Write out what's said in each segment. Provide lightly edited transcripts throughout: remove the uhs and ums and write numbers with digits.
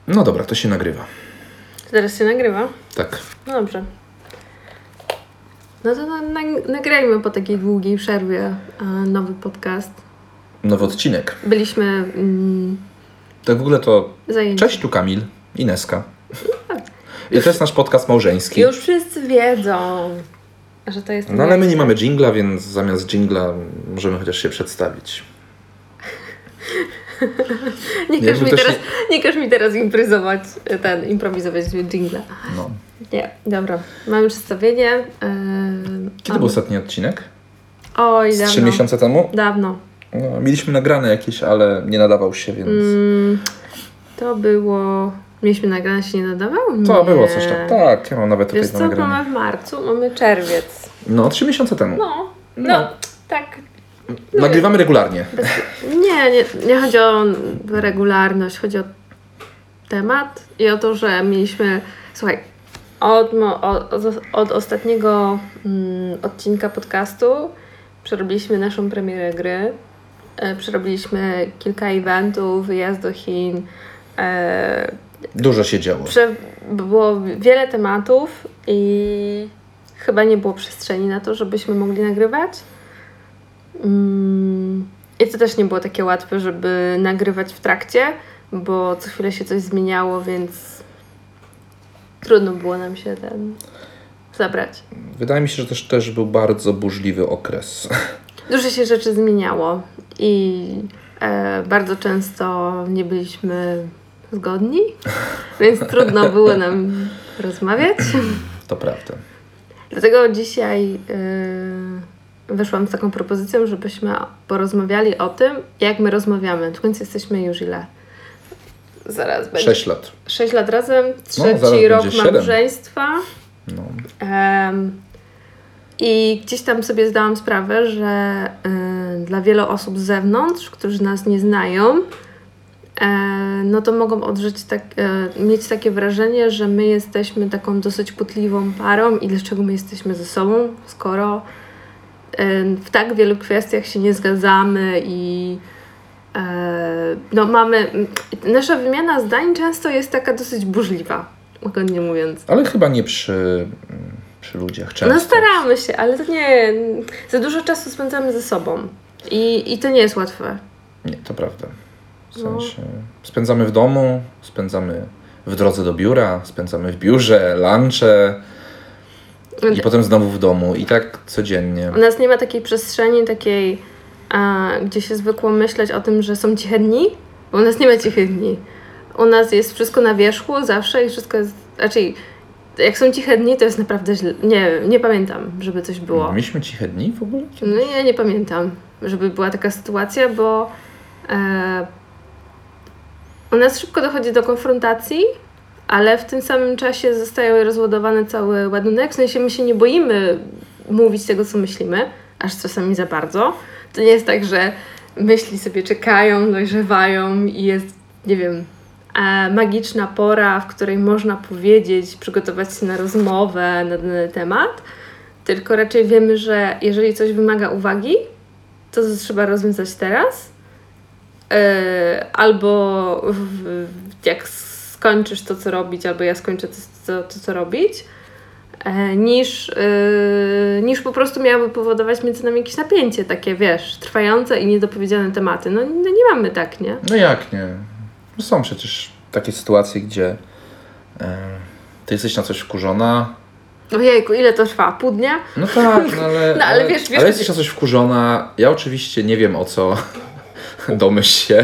No dobra, to się nagrywa. Teraz się nagrywa? Tak. No dobrze. No to nagrajmy po takiej długiej przerwie nowy podcast. Nowy odcinek. Byliśmy Tak w ogóle to... zajęci. Cześć, tu Kamil i Neska. I to jest nasz podcast małżeński. Już wszyscy wiedzą, że to jest... No ale my nie mamy dżingla, więc zamiast dżingla możemy chociaż się przedstawić. Nie każ mi teraz improwizować dżingla. No. Nie, dobra. Mamy przedstawienie. Kiedy był ostatni odcinek? Oj, Z dawno. 3 miesiące temu? Dawno. No, mieliśmy nagrane jakieś, ale nie nadawał się, więc... To było... Mieliśmy nagrane, się nie nadawał? To Nie. było coś tam. Tak, ja mam nawet Wiesz tutaj co, nagrane. mamy w marcu, mamy czerwiec. No, 3 miesiące temu. No, tak. Nagrywamy regularnie. Nie chodzi o regularność, chodzi o temat i o to, że mieliśmy... Słuchaj, od ostatniego odcinka podcastu przerobiliśmy naszą premierę gry. Przerobiliśmy kilka eventów, wyjazd do Chin. Dużo się działo. Było wiele tematów i chyba nie było przestrzeni na to, żebyśmy mogli nagrywać. I to też nie było takie łatwe, żeby nagrywać w trakcie, bo co chwilę się coś zmieniało, więc trudno było nam się zabrać. Wydaje mi się, że też był bardzo burzliwy okres. Dużo się rzeczy zmieniało i bardzo często nie byliśmy zgodni, więc trudno było nam rozmawiać. To prawda. Dlatego dzisiaj wyszłam z taką propozycją, żebyśmy porozmawiali o tym, jak my rozmawiamy. W końcu jesteśmy już ile? Zaraz będzie. 6 lat. 6 lat razem, zaraz trzeci rok będzie 7. małżeństwa. No. I gdzieś tam sobie zdałam sprawę, że dla wielu osób z zewnątrz, którzy nas nie znają, no to mogą mieć takie wrażenie, że my jesteśmy taką dosyć kłótliwą parą i dlaczego my jesteśmy ze sobą, skoro w tak wielu kwestiach się nie zgadzamy i nasza wymiana zdań często jest taka dosyć burzliwa, łagodnie mówiąc. Ale chyba nie przy ludziach często. No staramy się, ale to nie... Za dużo czasu spędzamy ze sobą i to nie jest łatwe. Nie, to prawda. W sensie spędzamy w domu, spędzamy w drodze do biura, spędzamy w biurze, lunche i potem znowu w domu i tak codziennie. U nas nie ma takiej przestrzeni, gdzie się zwykło myśleć o tym, że są ciche dni, bo u nas nie ma cichych dni. U nas jest wszystko na wierzchu zawsze i wszystko jest... Raczej jak są ciche dni, to jest naprawdę źle. Nie pamiętam, żeby coś było. Mieliśmy ciche dni w ogóle? No ja nie pamiętam, żeby była taka sytuacja, bo u nas szybko dochodzi do konfrontacji, ale w tym samym czasie zostaje rozładowany cały ładunek. W sensie my się nie boimy mówić tego, co myślimy, aż czasami za bardzo. To nie jest tak, że myśli sobie czekają, dojrzewają i jest, nie wiem, magiczna pora, w której można powiedzieć, przygotować się na rozmowę na dany temat, tylko raczej wiemy, że jeżeli coś wymaga uwagi, to trzeba rozwiązać teraz, albo jak skończysz to, co robić, albo ja skończę to, co robić, niż po prostu miałoby powodować między nami jakieś napięcie takie, wiesz, trwające i niedopowiedziane tematy. No nie mamy tak, nie? No jak nie? Są przecież takie sytuacje, gdzie ty jesteś na coś wkurzona. Ojejku, ile to trwa? Pół dnia? No tak, ale wiesz, ale jesteś na coś wkurzona. Ja oczywiście nie wiem o co. Domyśl się.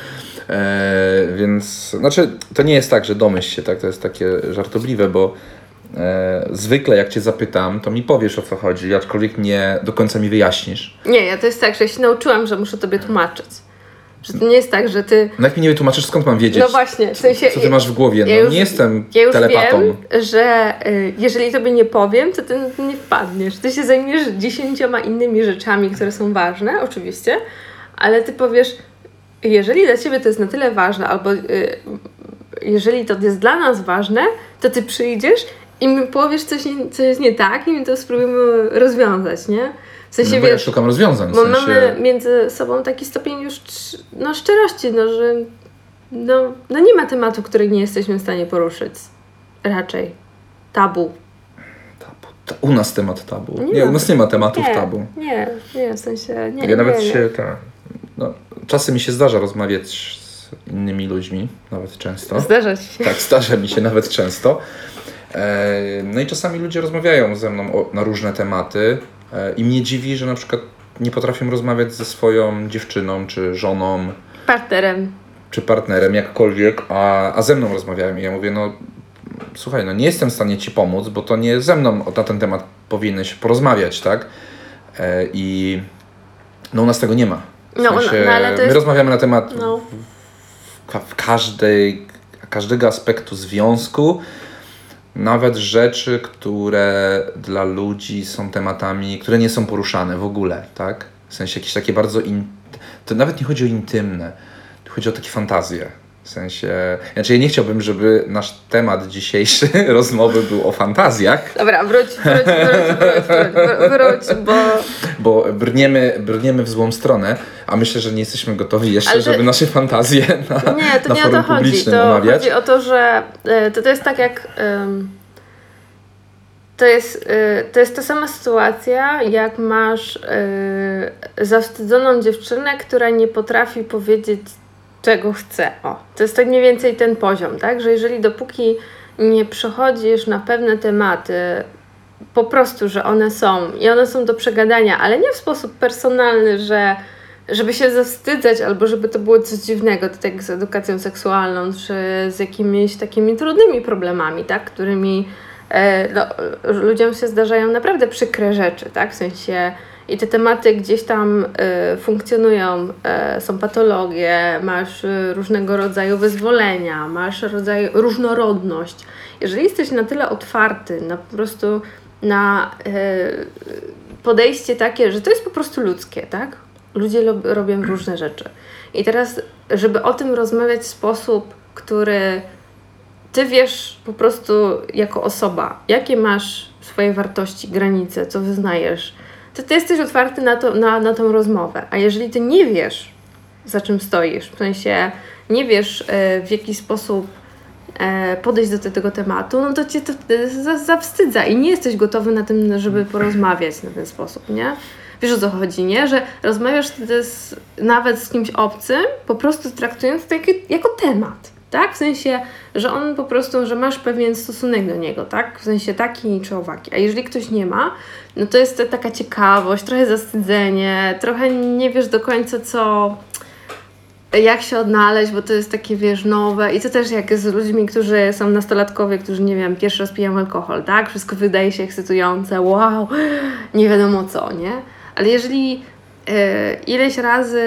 Więc, znaczy, to nie jest tak, że domyśl się, tak? To jest takie żartobliwe, bo zwykle jak cię zapytam, to mi powiesz, o co chodzi, aczkolwiek nie do końca mi wyjaśnisz. Nie, to jest tak, że ja się nauczyłam, że muszę tobie tłumaczyć. Że to nie jest tak, że ty... No jak mi nie wytłumaczysz, skąd mam wiedzieć, no właśnie, w sensie, co ty masz w głowie? No nie jestem telepatą. Wiem, że jeżeli tobie nie powiem, to ty nie wpadniesz. Ty się zajmiesz 10 innymi rzeczami, które są ważne, oczywiście, ale ty powiesz, jeżeli dla ciebie to jest na tyle ważne, albo jeżeli to jest dla nas ważne, to ty przyjdziesz i mi powiesz, co jest nie tak i my to spróbujemy rozwiązać, nie? W sensie, no bo ja szukam rozwiązań. Bo mamy między sobą taki stopień już szczerości, że no nie ma tematu, który nie jesteśmy w stanie poruszyć. Raczej. Tabu. U nas temat tabu. Nie, u nas nie ma tematów tabu. Nie, w sensie nie. Ja nawet czasem mi się zdarza rozmawiać z innymi ludźmi, nawet często. Zdarza ci się. Tak, zdarza mi się nawet często. No i czasami ludzie rozmawiają ze mną na różne tematy i mnie dziwi, że na przykład nie potrafią rozmawiać ze swoją dziewczyną, czy żoną, czy partnerem, jakkolwiek, a ze mną rozmawiają. I ja mówię, słuchaj, nie jestem w stanie ci pomóc, bo to nie ze mną na ten temat powinieneś porozmawiać, tak? I u nas tego nie ma. W sensie, ale to jest... My rozmawiamy na temat każdego aspektu związku, nawet rzeczy, które dla ludzi są tematami, które nie są poruszane w ogóle, tak? W sensie jakieś takie bardzo... To nawet nie chodzi o intymne, to chodzi o takie fantazje. W sensie... Znaczy ja nie chciałbym, żeby nasz temat dzisiejszy rozmowy był o fantazjach. Dobra, wróć, Bo brniemy w złą stronę, a myślę, że nie jesteśmy gotowi jeszcze, żeby nasze fantazje na forum publicznym omawiać. Chodzi o to, że to jest tak jak... To jest ta sama sytuacja, jak masz zawstydzoną dziewczynę, która nie potrafi powiedzieć, czego chce. To jest tak mniej więcej ten poziom, tak? Że jeżeli dopóki nie przechodzisz na pewne tematy, po prostu, że one są i one są do przegadania, ale nie w sposób personalny, żeby się zawstydzać albo żeby to było coś dziwnego, to tak z edukacją seksualną, czy z jakimiś takimi trudnymi problemami, tak? Którymi ludziom się zdarzają naprawdę przykre rzeczy, tak? W sensie i te tematy gdzieś tam funkcjonują, są patologie, masz różnego rodzaju wyzwolenia, masz różnorodność. Jeżeli jesteś na tyle otwarty, po prostu na podejście takie, że to jest po prostu ludzkie, tak? Ludzie robią różne rzeczy. I teraz, żeby o tym rozmawiać w sposób, który ty wiesz po prostu jako osoba, jakie masz swoje wartości, granice, co wyznajesz, to ty jesteś otwarty na tą rozmowę. A jeżeli ty nie wiesz, za czym stoisz, w sensie nie wiesz, w jaki sposób podejść do tego tematu, to cię to zawstydza i nie jesteś gotowy na tym, żeby porozmawiać na ten sposób, nie? Wiesz, o co chodzi, nie? Że rozmawiasz nawet z kimś obcym, po prostu traktując to jako temat, tak? W sensie, że on po prostu, że masz pewien stosunek do niego, tak? W sensie taki czy owaki. A jeżeli ktoś nie ma, to jest to taka ciekawość, trochę zawstydzenie, trochę nie wiesz do końca jak się odnaleźć, bo to jest takie, wiesz, nowe. I to też jak z ludźmi, którzy są nastolatkowie, którzy, nie wiem, pierwszy raz piją alkohol, tak? Wszystko wydaje się ekscytujące, wow, nie wiadomo co, nie? Ale jeżeli ileś razy,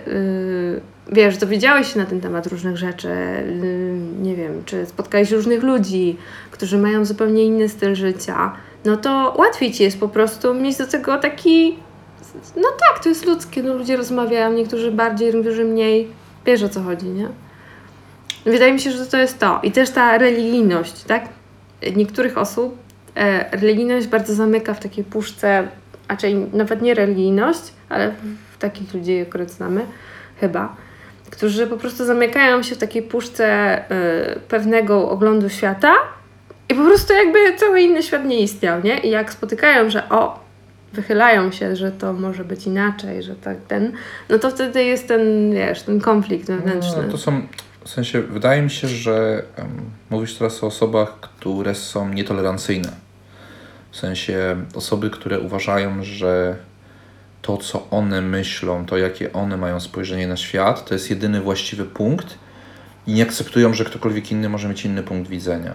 wiesz, dowiedziałeś się na ten temat różnych rzeczy, nie wiem, czy spotkałeś różnych ludzi, którzy mają zupełnie inny styl życia, to łatwiej ci jest po prostu mieć do tego taki... tak, to jest ludzkie, ludzie rozmawiają, niektórzy bardziej, niektórzy mniej. Wiesz, o co chodzi, nie? Wydaje mi się, że to jest to. I też ta religijność, tak? Niektórych osób religijność bardzo zamyka w takiej puszce, raczej nawet nie religijność, ale w takich ludzi akurat znamy, chyba, którzy po prostu zamykają się w takiej puszce pewnego oglądu świata i po prostu jakby cały inny świat nie istniał, nie? I jak spotykają, że wychylają się, że to może być inaczej, że tak to wtedy jest ten, wiesz, ten konflikt wewnętrzny. To są, w sensie, wydaje mi się, że mówisz teraz o osobach, które są nietolerancyjne. W sensie osoby, które uważają, że to, co one myślą, to jakie one mają spojrzenie na świat, to jest jedyny właściwy punkt i nie akceptują, że ktokolwiek inny może mieć inny punkt widzenia.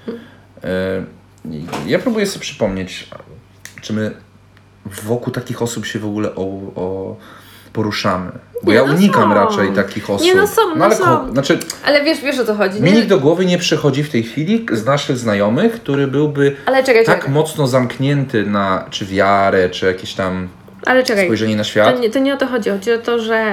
Ja próbuję sobie przypomnieć, czy my wokół takich osób się w ogóle poruszamy. Bo ja unikam raczej takich osób. Znaczy, ale wiesz o co chodzi. Mi nikt do głowy nie przychodzi w tej chwili z naszych znajomych, który byłby mocno zamknięty na czy wiarę, czy jakieś tam spojrzenie na świat. To nie o to chodzi. Chodzi o to, że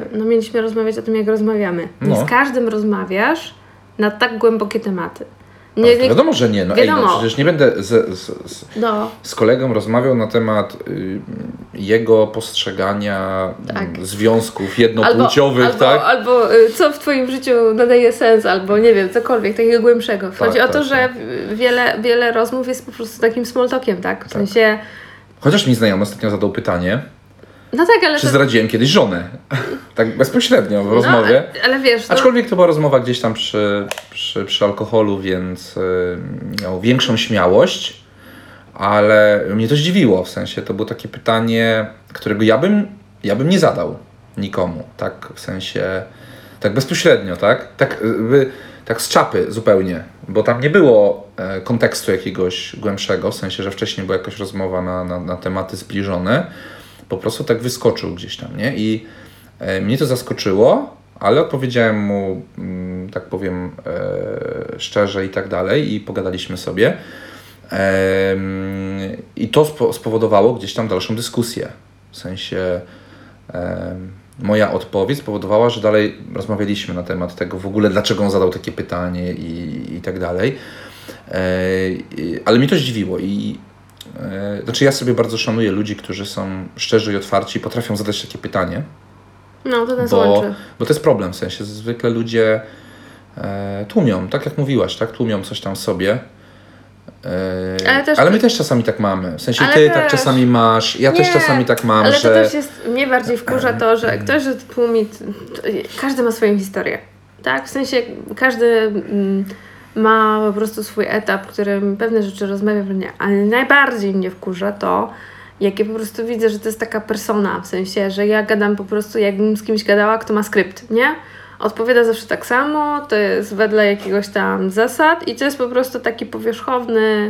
mieliśmy rozmawiać o tym, jak rozmawiamy. Nie z każdym rozmawiasz na tak głębokie tematy. Wiadomo, że nie. No, wiadomo. Przecież nie będę z kolegą rozmawiał na temat jego postrzegania związków jednopłciowych, tak? Albo co w twoim życiu nadaje sens, albo nie wiem, cokolwiek takiego głębszego. Chodzi o to, że wiele rozmów jest po prostu takim small talkiem, tak? W sensie... Chociaż mi znajomy ostatnio zadał pytanie, no tak, ale czy zdradziłem kiedyś żonę? Tak bezpośrednio w rozmowie. Ale wiesz... Aczkolwiek to była rozmowa gdzieś tam przy alkoholu, więc miał większą śmiałość, ale mnie to zdziwiło, w sensie to było takie pytanie, którego ja bym nie zadał nikomu, tak w sensie, tak bezpośrednio, tak? Tak z czapy zupełnie, bo tam nie było kontekstu jakiegoś głębszego, w sensie, że wcześniej była jakaś rozmowa na tematy zbliżone, po prostu tak wyskoczył gdzieś tam, nie? I mnie to zaskoczyło, ale odpowiedziałem mu, tak powiem, szczerze i tak dalej i pogadaliśmy sobie. I to spowodowało gdzieś tam dalszą dyskusję. W sensie moja odpowiedź spowodowała, że dalej rozmawialiśmy na temat tego w ogóle, dlaczego on zadał takie pytanie i tak dalej. Ale mnie to zdziwiło i znaczy ja sobie bardzo szanuję ludzi, którzy są szczerzy i otwarci i potrafią zadać takie pytanie. No, to nas łączy. Bo to jest problem, w sensie zwykle ludzie tłumią, tak jak mówiłaś, tak? Tłumią coś tam w sobie. Ale my też czasami tak mamy. W sensie ty tak czasami masz, ja też czasami tak mam, ale że... to też jest, mnie bardziej wkurza to, że ktoś, że tłumi, każdy ma swoją historię, tak? W sensie każdy ma po prostu swój etap, w którym pewne rzeczy rozmawia, ale najbardziej mnie wkurza to, jak ja po prostu widzę, że to jest taka persona, w sensie, że ja gadam po prostu, jakbym z kimś gadała, kto ma skrypt, nie? Odpowiada zawsze tak samo, to jest wedle jakiegoś tam zasad i to jest po prostu taki powierzchowny,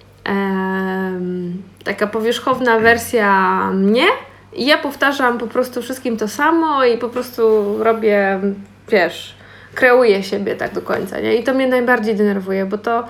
taka powierzchowna wersja mnie i ja powtarzam po prostu wszystkim to samo i po prostu robię, wiesz, kreuję siebie tak do końca, nie? I to mnie najbardziej denerwuje, bo to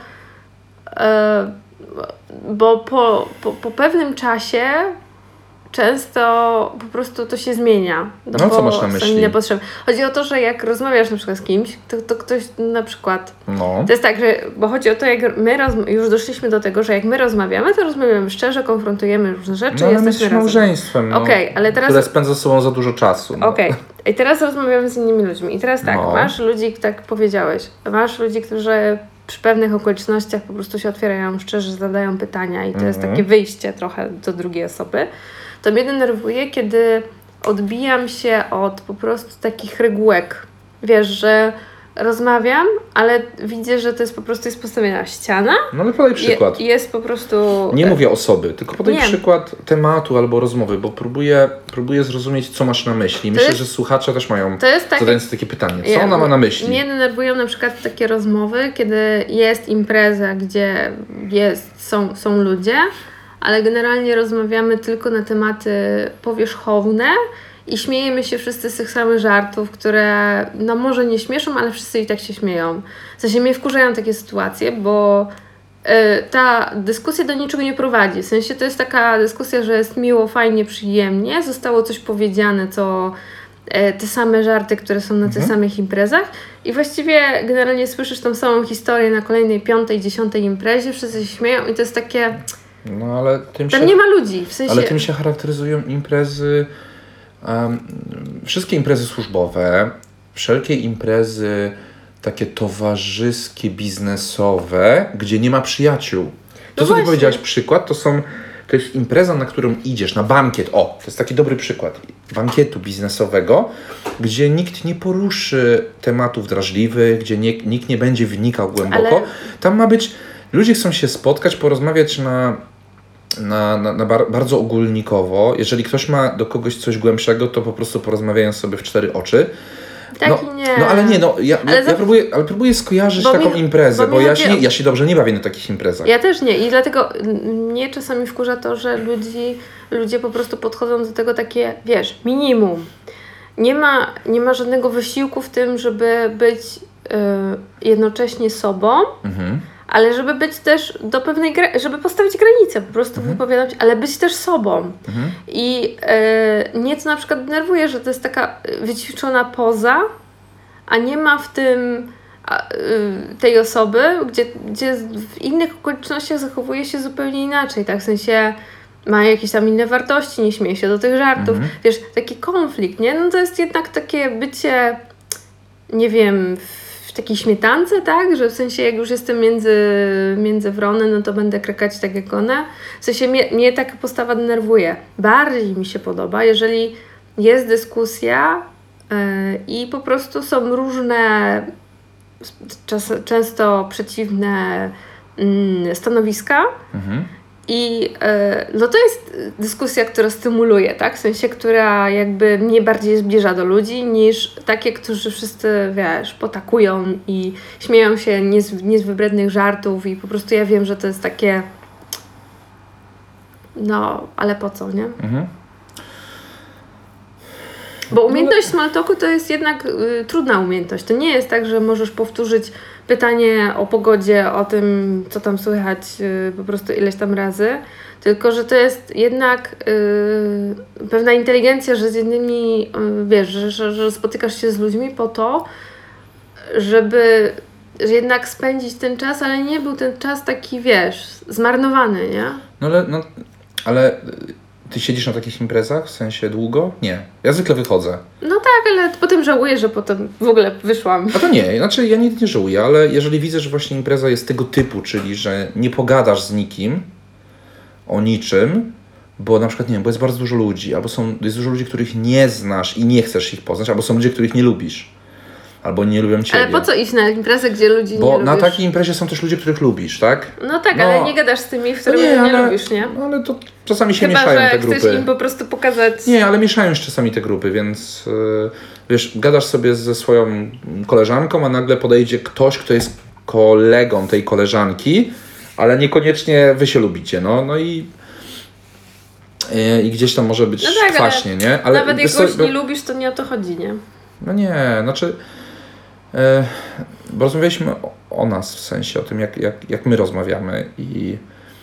bo po pewnym czasie często po prostu to się zmienia. No co masz na myśli? Chodzi o to, że jak rozmawiasz na przykład z kimś, to ktoś na przykład... No. To jest tak, że... Bo chodzi o to, jak my już doszliśmy do tego, że jak my rozmawiamy, to rozmawiamy szczerze, konfrontujemy różne rzeczy. No ale my jesteśmy małżeństwem, ale teraz... które spędza ze sobą za dużo czasu. No. I teraz rozmawiamy z innymi ludźmi. I teraz tak, masz ludzi, tak powiedziałeś, masz ludzi, którzy przy pewnych okolicznościach po prostu się otwierają szczerze, zadają pytania i to jest takie wyjście trochę do drugiej osoby. To mnie denerwuje, kiedy odbijam się od po prostu takich regułek. Wiesz, że rozmawiam, ale widzę, że to jest po prostu postawiona ściana. No ale podaj przykład. Jest po prostu... Nie mówię osoby, tylko podaj przykład tematu albo rozmowy, bo próbuję zrozumieć, co masz na myśli. Myślę, że słuchacze też mają zadając takie pytanie. Co ona ma na myśli? Mnie denerwują na przykład takie rozmowy, kiedy jest impreza, gdzie są ludzie, ale generalnie rozmawiamy tylko na tematy powierzchowne i śmiejemy się wszyscy z tych samych żartów, które no może nie śmieszą, ale wszyscy i tak się śmieją. W sensie mnie wkurzają takie sytuacje, bo ta dyskusja do niczego nie prowadzi. W sensie to jest taka dyskusja, że jest miło, fajnie, przyjemnie, zostało coś powiedziane, co te same żarty, które są na tych samych imprezach i właściwie generalnie słyszysz tą samą historię na kolejnej 5., 10. imprezie, wszyscy się śmieją i to jest takie... No ale tam nie ma ludzi, w sensie... Ale tym się charakteryzują imprezy, wszystkie imprezy służbowe, wszelkie imprezy takie towarzyskie, biznesowe, gdzie nie ma przyjaciół. To, co ty powiedziałaś przykład, to jest impreza, na którą idziesz, na bankiet. To jest taki dobry przykład. Bankietu biznesowego, gdzie nikt nie poruszy tematów drażliwych, gdzie nikt nie będzie wnikał głęboko. Tam ma być... Ludzie chcą się spotkać, porozmawiać bardzo ogólnikowo. Jeżeli ktoś ma do kogoś coś głębszego, to po prostu porozmawiają sobie w 4 oczy. Próbuję skojarzyć taką imprezę, bo ja się dobrze nie bawię na takich imprezach. Ja też nie i dlatego mnie czasami wkurza to, że ludzie po prostu podchodzą do tego takie, wiesz, minimum. Nie ma żadnego wysiłku w tym, żeby być jednocześnie sobą, ale żeby być też do pewnej żeby postawić granicę, po prostu wypowiadać, ale być też sobą. I mnie to na przykład denerwuje, że to jest taka wyćwiczona poza, a nie ma w tym tej osoby, gdzie w innych okolicznościach zachowuje się zupełnie inaczej, tak? W sensie ma jakieś tam inne wartości, nie śmieje się do tych żartów. Wiesz, taki konflikt, nie? No to jest jednak takie bycie, nie wiem, w takiej śmietance, tak? Że w sensie jak już jestem między wrony, no to będę krakać tak jak one. W sensie mnie taka postawa denerwuje. Bardziej mi się podoba, jeżeli jest dyskusja i po prostu są różne, często przeciwne stanowiska. I no to jest dyskusja, która stymuluje, tak? W sensie, która jakby mnie bardziej zbliża do ludzi niż takie, którzy wszyscy, wiesz, potakują i śmieją się nie z wybrednych żartów i po prostu ja wiem, że to jest takie no, ale po co, nie? Bo umiejętność small talku to jest jednak trudna umiejętność. To nie jest tak, że możesz powtórzyć pytanie o pogodzie, o tym, co tam słychać po prostu ileś tam razy, tylko że to jest jednak pewna inteligencja, że z jednymi, wiesz, że spotykasz się z ludźmi po to, żeby jednak spędzić ten czas, ale nie był ten czas taki, wiesz, zmarnowany, nie? Ale ty siedzisz na takich imprezach? W sensie długo? Nie. Ja zwykle wychodzę. No tak, ale potem żałuję, że potem w ogóle wyszłam. A to nie, znaczy ja nie żałuję, ale jeżeli widzę, że właśnie impreza jest tego typu, czyli że nie pogadasz z nikim o niczym, bo na przykład, nie wiem, bo jest bardzo dużo ludzi, albo jest dużo ludzi, których nie znasz i nie chcesz ich poznać, albo są ludzie, których nie lubisz. Albo nie lubią ciebie. Ale po co iść na imprezę, gdzie ludzi nie lubisz? Bo na takiej imprezie są też ludzie, których lubisz, tak? No tak, ale nie gadasz z tymi, w których nie lubisz, nie? No ale to czasami się Chyba, mieszają te grupy. Chyba, że chcesz im po prostu pokazać... Nie, ale mieszają się czasami te grupy, więc wiesz, gadasz sobie ze swoją koleżanką, a nagle podejdzie ktoś, kto jest kolegą tej koleżanki, ale niekoniecznie wy się lubicie, no i gdzieś tam może być tak, kwaśnie, nie? Ale nawet jak kogoś nie lubisz, to nie o to chodzi, nie? No nie, znaczy... Bo rozmawialiśmy o nas, w sensie o tym, jak my rozmawiamy i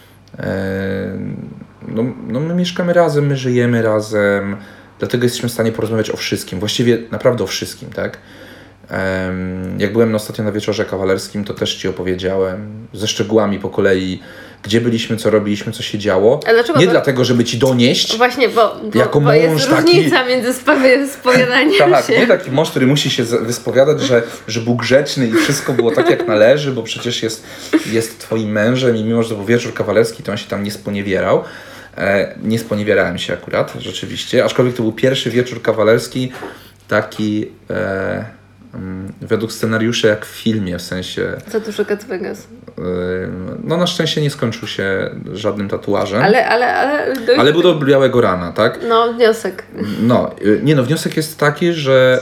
no my mieszkamy razem, my żyjemy razem, dlatego jesteśmy w stanie porozmawiać o wszystkim, właściwie naprawdę o wszystkim, tak? Jak byłem ostatnio na wieczorze kawalerskim, to też Ci opowiedziałem ze szczegółami po kolei, gdzie byliśmy, co robiliśmy, co się działo. Nie dlatego, żeby Ci donieść. Właśnie, bo mąż jest różnica między spowiadaniem tak, się. Nie taki mąż, który musi się wyspowiadać, że był grzeczny i wszystko było tak, jak należy, bo przecież jest Twoim mężem i mimo, że to był wieczór kawalerski, to on się tam nie sponiewierał. Nie sponiewierałem się akurat, rzeczywiście. Aczkolwiek to był pierwszy wieczór kawalerski, taki... według scenariusza jak w filmie, w sensie... Za dużo Las Vegas. No na szczęście nie skończył się żadnym tatuażem. Ale był do białego rana, tak? No, wniosek. Wniosek jest taki, że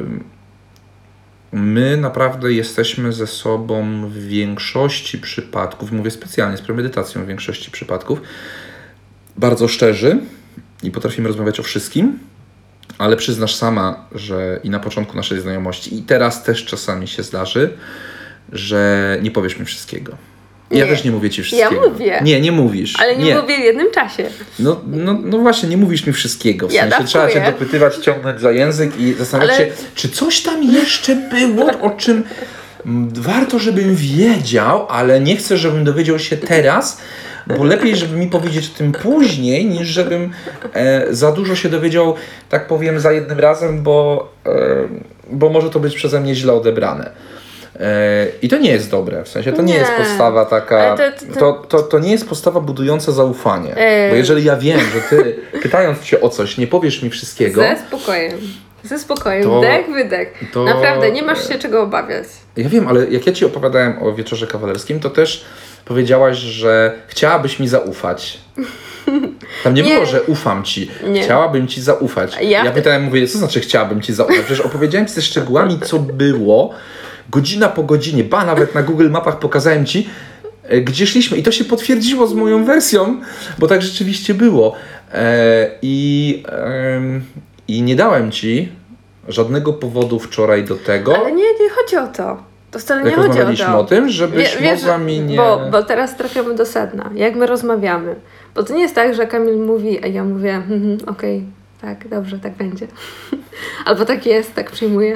my naprawdę jesteśmy ze sobą w większości przypadków, mówię specjalnie z premedytacją w większości przypadków, bardzo szczerzy i potrafimy rozmawiać o wszystkim. Ale przyznasz sama, że i na początku naszej znajomości, i teraz też czasami się zdarzy, że nie powiesz mi wszystkiego. Ja też nie mówię Ci wszystkiego. Ja mówię. Nie mówisz. Ale nie mówię w jednym czasie. No właśnie, nie mówisz mi wszystkiego. W sensie trzeba Cię dopytywać, ciągnąć za język i zastanawiać się, czy coś tam jeszcze było, o czym warto, żebym wiedział, ale nie chcę, żebym dowiedział się teraz, bo lepiej, żeby mi powiedzieć o tym później, niż żebym za dużo się dowiedział, tak powiem, za jednym razem, bo może to być przeze mnie źle odebrane. I to nie jest dobre, w sensie to nie jest postawa taka, to nie jest postawa budująca zaufanie. Bo jeżeli ja wiem, że Ty, pytając Cię o coś, nie powiesz mi wszystkiego... Ze spokojem, wdech, wydech. Naprawdę, nie masz się czego obawiać. Ja wiem, ale jak ja Ci opowiadałem o wieczorze kawalerskim, to też powiedziałaś, że chciałabyś mi zaufać. Tam nie było, że ufam Ci. Nie. Chciałabym Ci zaufać. Ja pytałem, mówię, co znaczy chciałabym Ci zaufać? Przecież opowiedziałem Ci ze szczegółami, co było, godzina po godzinie, nawet na Google Mapach pokazałem Ci, gdzie szliśmy. I to się potwierdziło z moją wersją, bo tak rzeczywiście było. I nie dałem Ci żadnego powodu wczoraj do tego. Ale nie chodzi o to. To wcale nie chodzi o to. Rozmawialiśmy o tym, żebyś mogła mi nie... Bo teraz trafiamy do sedna. Jak my rozmawiamy. Bo to nie jest tak, że Kamil mówi, a ja mówię, okej, tak, dobrze, tak będzie. Albo tak jest, tak przyjmuję.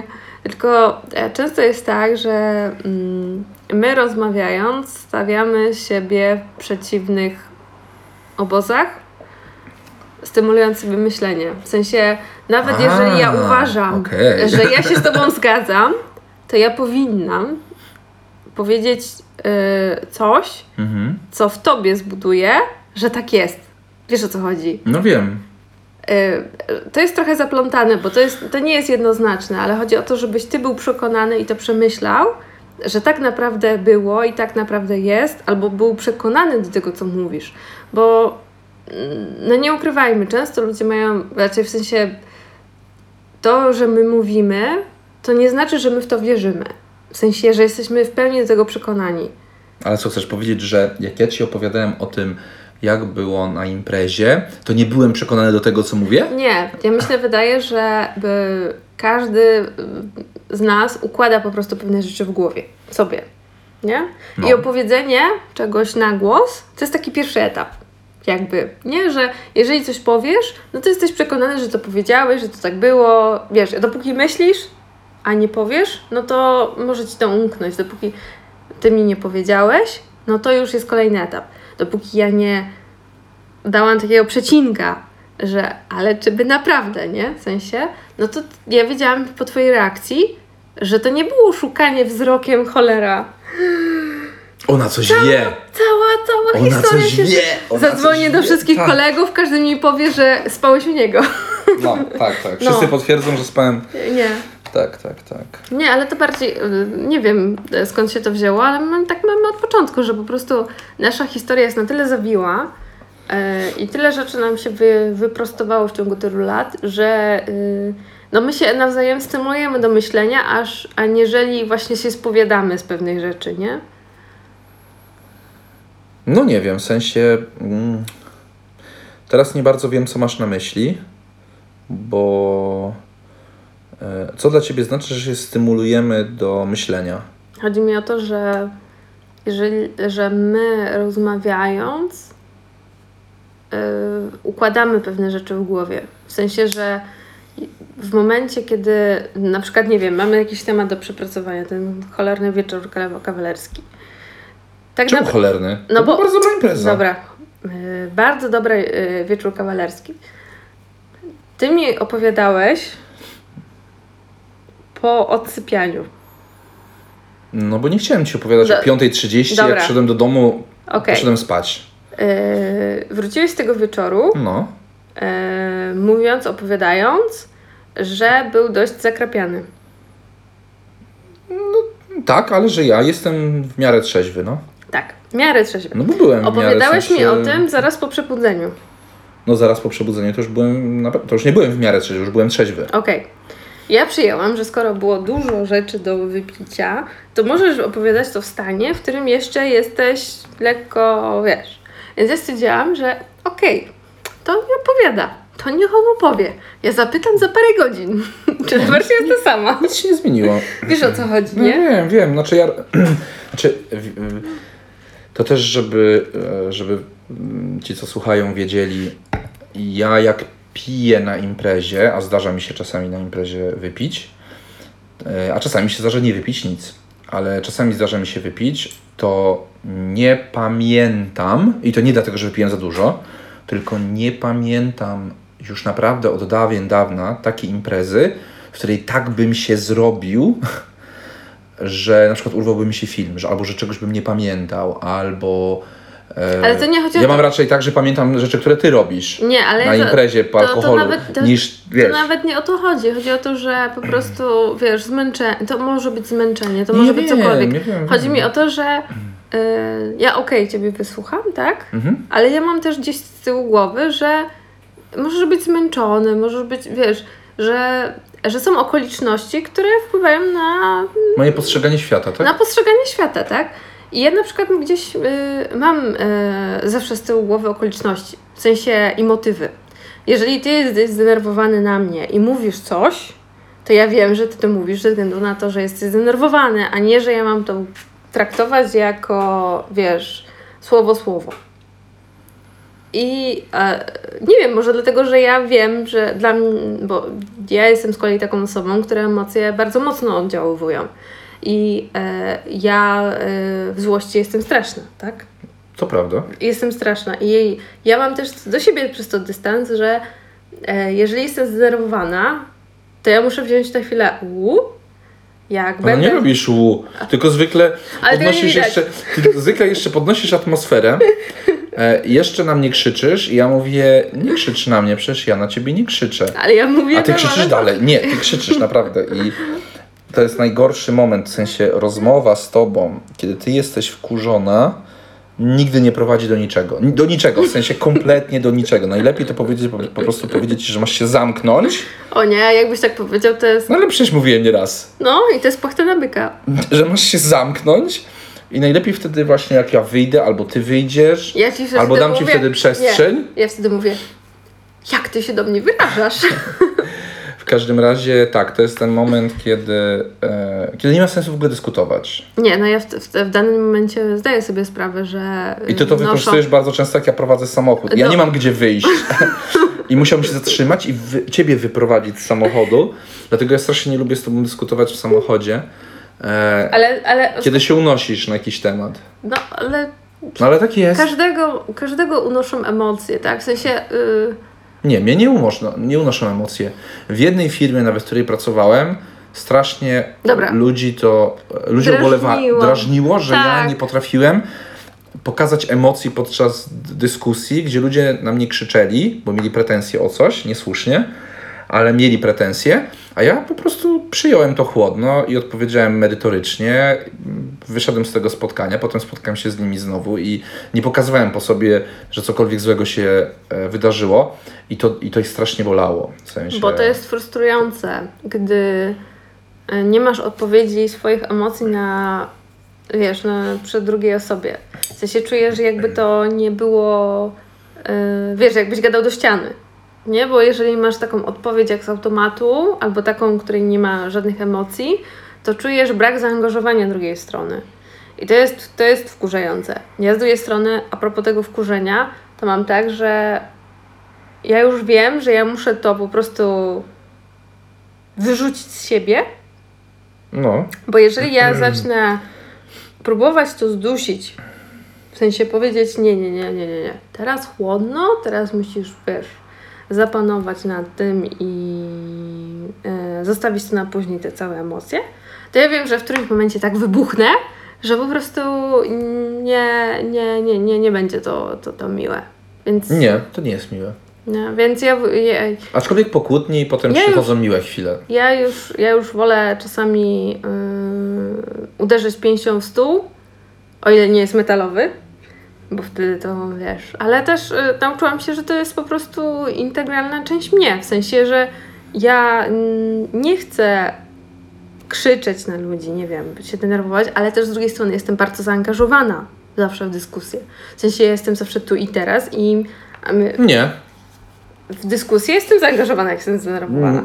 Tylko często jest tak, że my rozmawiając stawiamy siebie w przeciwnych obozach, stymulując sobie myślenie. W sensie, nawet jeżeli ja uważam, że ja się z tobą zgadzam, to ja powinnam powiedzieć coś, co w tobie zbuduje, że tak jest. Wiesz, o co chodzi? No wiem. To jest trochę zaplątane, bo to nie jest jednoznaczne, ale chodzi o to, żebyś ty był przekonany i to przemyślał, że tak naprawdę było i tak naprawdę jest, albo był przekonany do tego, co mówisz. Bo no nie ukrywajmy, często ludzie mają, raczej w sensie to, że my mówimy, to nie znaczy, że my w to wierzymy. W sensie, że jesteśmy w pełni do tego przekonani. Ale co chcesz powiedzieć, że jak ja ci opowiadałem o tym, jak było na imprezie, to nie byłem przekonany do tego, co mówię? Nie, ja myślę, wydaje, że każdy z nas układa po prostu pewne rzeczy w głowie sobie, nie? No. I opowiedzenie czegoś na głos to jest taki pierwszy etap. Jakby, nie? Że jeżeli coś powiesz, no to jesteś przekonany, że to powiedziałeś, że to tak było. Wiesz, dopóki myślisz, a nie powiesz, no to może ci to umknąć. Dopóki ty mi nie powiedziałeś, no to już jest kolejny etap. Dopóki ja nie dałam takiego przecinka, że ale czy by naprawdę, nie? W sensie, no to ja wiedziałam po twojej reakcji, że to nie było szukanie wzrokiem cholera. Ona coś wie. Cała Ona historia coś się... wie. Ona Zadzwonię coś do wie. wszystkich Tak. kolegów, każdy mi powie, że spałeś u niego. No, tak. Wszyscy potwierdzą, że spałem. Nie. Tak. Nie, ale to bardziej, nie wiem skąd się to wzięło, ale tak mamy od początku, że po prostu nasza historia jest na tyle zawiła i tyle rzeczy nam się wyprostowało w ciągu tylu lat, że no my się nawzajem stymulujemy do myślenia, aniżeli właśnie się spowiadamy z pewnych rzeczy, nie? No nie wiem, w sensie teraz nie bardzo wiem, co masz na myśli, bo co dla ciebie znaczy, że się stymulujemy do myślenia? Chodzi mi o to, że że my rozmawiając układamy pewne rzeczy w głowie. W sensie, że w momencie, kiedy na przykład, nie wiem, mamy jakiś temat do przepracowania, ten cholerny wieczór kawalerski. Tak Czemu cholerny? No to bo była bardzo dobra impreza. Dobra. Bardzo dobry wieczór kawalerski. Ty mi opowiadałeś po odsypianiu. No bo nie chciałem ci opowiadać o 5:30, Dobra. jak przyszedłem do domu, Okej. poszedłem spać. Wróciłeś z tego wieczoru, No. opowiadając, że był dość zakrapiany. Tak, ale że ja jestem w miarę trzeźwy, no. Tak, w miarę trzeźwy. No bo byłem w miarę, Opowiadałeś w sensie... mi o tym zaraz po przebudzeniu. No zaraz po przebudzeniu to już byłem, to już nie byłem w miarę trzeźwy, już byłem trzeźwy. Okej. Ja przyjęłam, że skoro było dużo rzeczy do wypicia, to możesz opowiadać to w stanie, w którym jeszcze jesteś lekko, wiesz. Więc ja stwierdziłam, że to mi opowiada. To niech on opowie. Ja zapytam za parę godzin. Czy wersja jest ta sama? Nic się nie zmieniło. Wiesz, o co chodzi, No, nie? wiem. To też, żeby ci, co słuchają, wiedzieli, ja jak piję na imprezie, a zdarza mi się czasami na imprezie wypić, a czasami się zdarza nie wypić nic, ale czasami zdarza mi się wypić, to nie pamiętam, i to nie dlatego, że wypiłem za dużo, tylko nie pamiętam już naprawdę od dawna takiej imprezy, w której tak bym się zrobił, że na przykład urwałby mi się film, albo że czegoś bym nie pamiętał, albo... Ale to nie chodzi o ja mam raczej tak, że pamiętam rzeczy, które ty robisz nie, ale na imprezie po alkoholu, niż, wiesz... To nawet nie o to chodzi. Chodzi o to, że po prostu, wiesz, to może być zmęczenie, to może być cokolwiek. Chodzi mi o to, że ja ciebie wysłucham, tak? Ale ja mam też gdzieś z tyłu głowy, że możesz być zmęczony, możesz być, wiesz, że są okoliczności, które wpływają na... Moje postrzeganie świata, tak? Na postrzeganie świata, tak? I ja na przykład gdzieś mam zawsze z tyłu głowy okoliczności, w sensie i motywy. Jeżeli ty jesteś zdenerwowany na mnie i mówisz coś, to ja wiem, że ty to mówisz ze względu na to, że jesteś zdenerwowany, a nie, że ja mam to traktować jako, wiesz, słowo. I nie wiem, może dlatego, że ja wiem, że dla mnie, bo ja jestem z kolei taką osobą, które emocje bardzo mocno oddziaływują. I ja w złości jestem straszna, tak? To prawda. Jestem straszna. I ja mam też do siebie przez to dystans, że jeżeli jestem zdenerwowana, to ja muszę wziąć na chwilę jak Ale będę... nie robisz tylko zwykle Ale tego nie podnosisz widać. jeszcze, ty zwykle jeszcze podnosisz atmosferę, jeszcze na mnie krzyczysz i ja mówię, nie krzycz na mnie, przecież ja na ciebie nie krzyczę. Ale ja mówię... A ty krzyczysz dalej. Nie, ty krzyczysz naprawdę i to jest najgorszy moment, w sensie rozmowa z tobą, kiedy ty jesteś wkurzona, nigdy nie prowadzi do niczego. Do niczego, w sensie kompletnie do niczego. Najlepiej to powiedzieć, po prostu powiedzieć, że masz się zamknąć. O nie, jakbyś tak powiedział, to jest... No ale przecież mówiłem nieraz. No i to jest płachta na byka. Że masz się zamknąć i najlepiej wtedy właśnie jak ja wyjdę, albo ty wyjdziesz, Ja ci albo dam ci mówię, wtedy przestrzeń. Nie, ja wtedy mówię, jak ty się do mnie wyrażasz? W każdym razie tak, to jest ten moment, kiedy nie ma sensu w ogóle dyskutować. Nie, no ja w danym momencie zdaję sobie sprawę, że... I ty to wykorzystujesz bardzo często, jak ja prowadzę samochód. Ja nie mam gdzie wyjść. I musiałbym się zatrzymać i ciebie wyprowadzić z samochodu. Dlatego ja strasznie nie lubię z tobą dyskutować w samochodzie. Ale... Kiedy się unosisz na jakiś temat. No, ale... No ale tak jest. Każdego unoszą emocje, tak? W sensie... Nie, mnie nie unoszą emocje. W jednej firmie, nawet w której pracowałem, strasznie ludzi drażniło, że ja nie potrafiłem pokazać emocji podczas dyskusji, gdzie ludzie na mnie krzyczeli, bo mieli pretensje o coś, niesłusznie, ale mieli pretensje, a ja po prostu przyjąłem to chłodno i odpowiedziałem merytorycznie. Wyszedłem z tego spotkania, potem spotkałem się z nimi znowu i nie pokazywałem po sobie, że cokolwiek złego się wydarzyło i to ich strasznie bolało. W sensie... Bo to jest frustrujące, gdy nie masz odpowiedzi swoich emocji przed drugiej osobie. W sensie czujesz, jakby to nie było, jakbyś gadał do ściany. Nie? Bo jeżeli masz taką odpowiedź jak z automatu, albo taką, której nie ma żadnych emocji, to czujesz brak zaangażowania drugiej strony. I to jest wkurzające. Ja z drugiej strony, a propos tego wkurzenia, to mam tak, że ja już wiem, że ja muszę to po prostu wyrzucić z siebie. No. Bo jeżeli ja zacznę próbować to zdusić, w sensie powiedzieć nie. Teraz chłodno, teraz musisz, zapanować nad tym i zostawić to na później te całe emocje, to ja wiem, że w którymś momencie tak wybuchnę, że po prostu nie będzie to miłe. Więc... Nie, to nie jest miłe. No, więc aczkolwiek po kłótni potem przychodzą miłe chwile. Ja już wolę czasami uderzyć pięścią w stół, o ile nie jest metalowy, bo wtedy to ale też nauczyłam się, że to jest po prostu integralna część mnie, w sensie, że ja nie chcę krzyczeć na ludzi, nie wiem, się denerwować, ale też z drugiej strony jestem bardzo zaangażowana zawsze w dyskusję. W sensie jestem zawsze tu i teraz Nie. W dyskusję jestem zaangażowana, jak jestem zdenerwowana.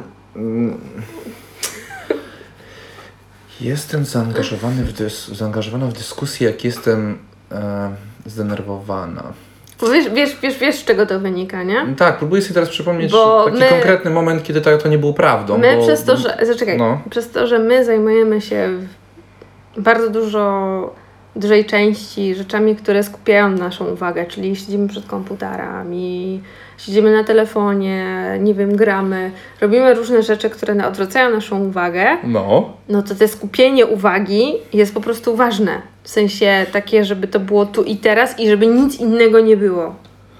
Jestem zaangażowana w dyskusję, jak jestem zdenerwowana. Wiesz, z czego to wynika, nie? Tak, próbuję sobie teraz przypomnieć konkretny moment, kiedy to nie było prawdą. Przez to, że my zajmujemy się bardzo dużej części rzeczami, które skupiają naszą uwagę, czyli siedzimy przed komputerami, siedzimy na telefonie, nie wiem, gramy, robimy różne rzeczy, które odwracają naszą uwagę, no to te skupienie uwagi jest po prostu ważne. W sensie takie, żeby to było tu i teraz i żeby nic innego nie było.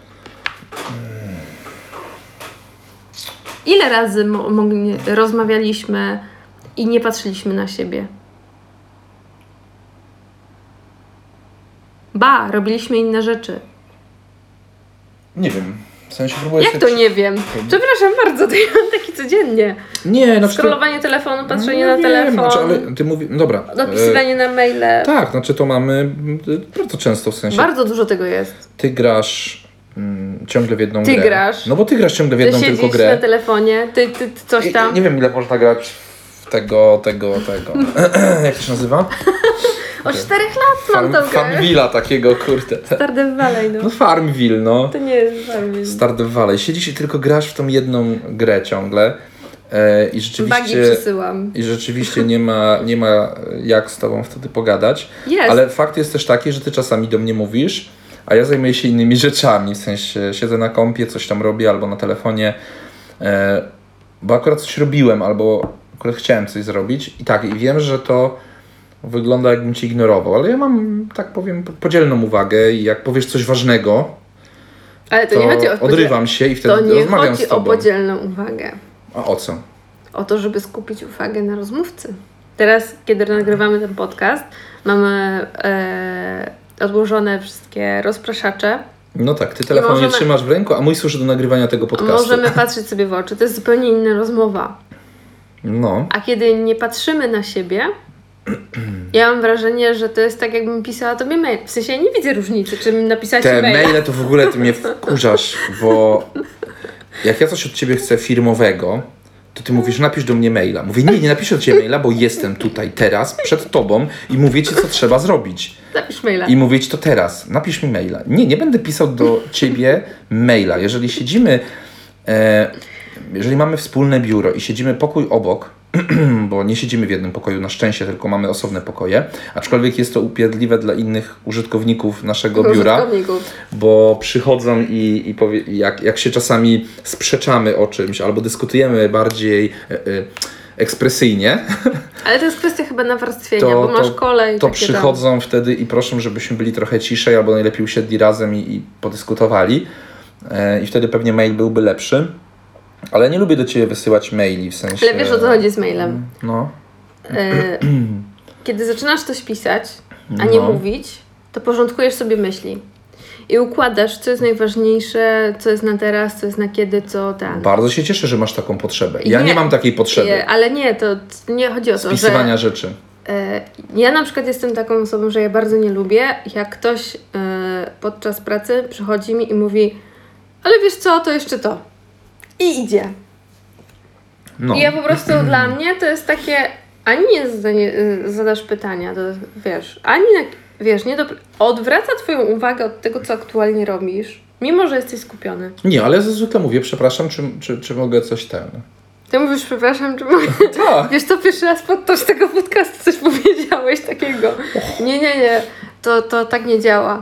Ile razy rozmawialiśmy i nie patrzyliśmy na siebie? Robiliśmy inne rzeczy. Nie wiem. W sensie próbuję Jak to nie wiem? Przepraszam bardzo, to ja mam taki codziennie. Nie, no scrollowanie telefonu, patrzenie na telefon. Ale ty mówisz, dobra. Napisywanie na maile. Tak, to mamy bardzo często, w sensie. Bardzo dużo tego jest. Ty grasz ciągle w jedną grę. Ty grasz. No bo ty grasz ciągle w jedną tylko grę. Ty na telefonie, ty coś tam. Nie wiem, ile można grać w tego. Jak to się nazywa? Od 4 lat mam tą grę. Farmville'a takiego, kurde. Stardew Valley, no. No Farmville, no. To nie jest Farmville. Stardew Valley. Siedzisz i tylko grasz w tą jedną grę ciągle. I rzeczywiście, Bagi przesyłam. I rzeczywiście nie ma jak z tobą wtedy pogadać. Jest. Ale fakt jest też taki, że ty czasami do mnie mówisz, a ja zajmuję się innymi rzeczami. W sensie siedzę na kompie, coś tam robię albo na telefonie, bo akurat coś robiłem albo akurat chciałem coś zrobić. I wiem, że to wygląda jakbym cię ignorował, ale ja mam, tak powiem, podzielną uwagę i jak powiesz coś ważnego, Ale to nie chodzi o odrywam się i wtedy To nie rozmawiam chodzi z tobą. o podzielną uwagę. A o co? O to, żeby skupić uwagę na rozmówcy. Teraz, kiedy nagrywamy ten podcast, mamy odłożone wszystkie rozpraszacze. No tak, ty telefon nie trzymasz w ręku, a mój służy do nagrywania tego podcastu. Możemy patrzeć sobie w oczy. To jest zupełnie inna rozmowa. No. A kiedy nie patrzymy na siebie, ja mam wrażenie, że to jest tak, jakbym pisała tobie mail. W sensie ja nie widzę różnicy, czy napisać Te maila. maile to w ogóle ty mnie wkurzasz, bo jak ja coś od ciebie chcę firmowego, to ty mówisz, napisz do mnie maila. Mówię, nie napiszę do ciebie maila, bo jestem tutaj teraz, przed tobą i mówię ci, co trzeba zrobić. Napisz maila. I mówię ci to teraz, napisz mi maila. Nie będę pisał do ciebie maila. Jeżeli siedzimy, jeżeli mamy wspólne biuro i siedzimy pokój obok, bo nie siedzimy w jednym pokoju na szczęście, tylko mamy osobne pokoje, aczkolwiek jest to upierdliwe dla innych użytkowników naszego biura, bo przychodzą i jak się czasami sprzeczamy o czymś albo dyskutujemy bardziej ekspresyjnie, ale to jest kwestia chyba nawarstwienia, bo masz kole i to takie przychodzą wtedy i proszą, żebyśmy byli trochę ciszej albo najlepiej usiedli razem i podyskutowali. I wtedy pewnie mail byłby lepszy. Ale nie lubię do ciebie wysyłać maili, w sensie... Ale wiesz, o co chodzi z mailem? No. Kiedy zaczynasz coś pisać, a nie mówić, to porządkujesz sobie myśli. I układasz, co jest najważniejsze, co jest na teraz, co jest na kiedy, co ten. Bardzo się cieszę, że masz taką potrzebę. Ja nie mam takiej potrzeby. Ale nie, to nie chodzi o to, spisywania rzeczy. Ja na przykład jestem taką osobą, że ja bardzo nie lubię, jak ktoś podczas pracy przychodzi mi i mówi, ale wiesz co, to jeszcze to. I idzie. No. I ja po prostu dla mnie to jest takie, ani nie zadasz pytania, to wiesz, ani wiesz, nie odwraca twoją uwagę od tego, co aktualnie robisz, mimo że jesteś skupiony. Nie, ale ja zwykle mówię, przepraszam, czy mogę coś Ty mówisz, przepraszam, czy mogę... Tak. Wiesz co, pierwszy raz podczas tego podcastu coś powiedziałeś takiego. Nie. To tak nie działa.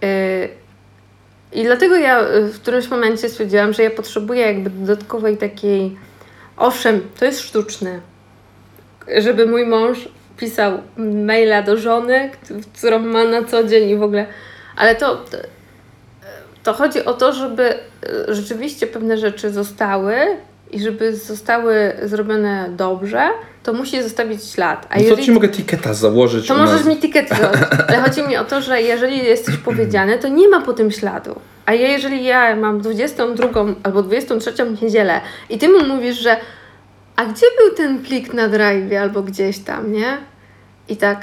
I dlatego ja w którymś momencie stwierdziłam, że ja potrzebuję jakby dodatkowej takiej... Owszem, to jest sztuczne, żeby mój mąż pisał maila do żony, którą ma na co dzień i w ogóle... Ale to chodzi o to, żeby rzeczywiście pewne rzeczy zostały i żeby zostały zrobione dobrze, to musi zostawić ślad. A jeżeli... to ci mogę tiketa założyć. To możesz mi ticket założyć. Ale chodzi mi o to, że jeżeli jest coś powiedziane, to nie ma po tym śladu. A jeżeli ja mam 22 albo 23 niedzielę i ty mu mówisz, że a gdzie był ten plik na drive albo gdzieś tam, nie? I tak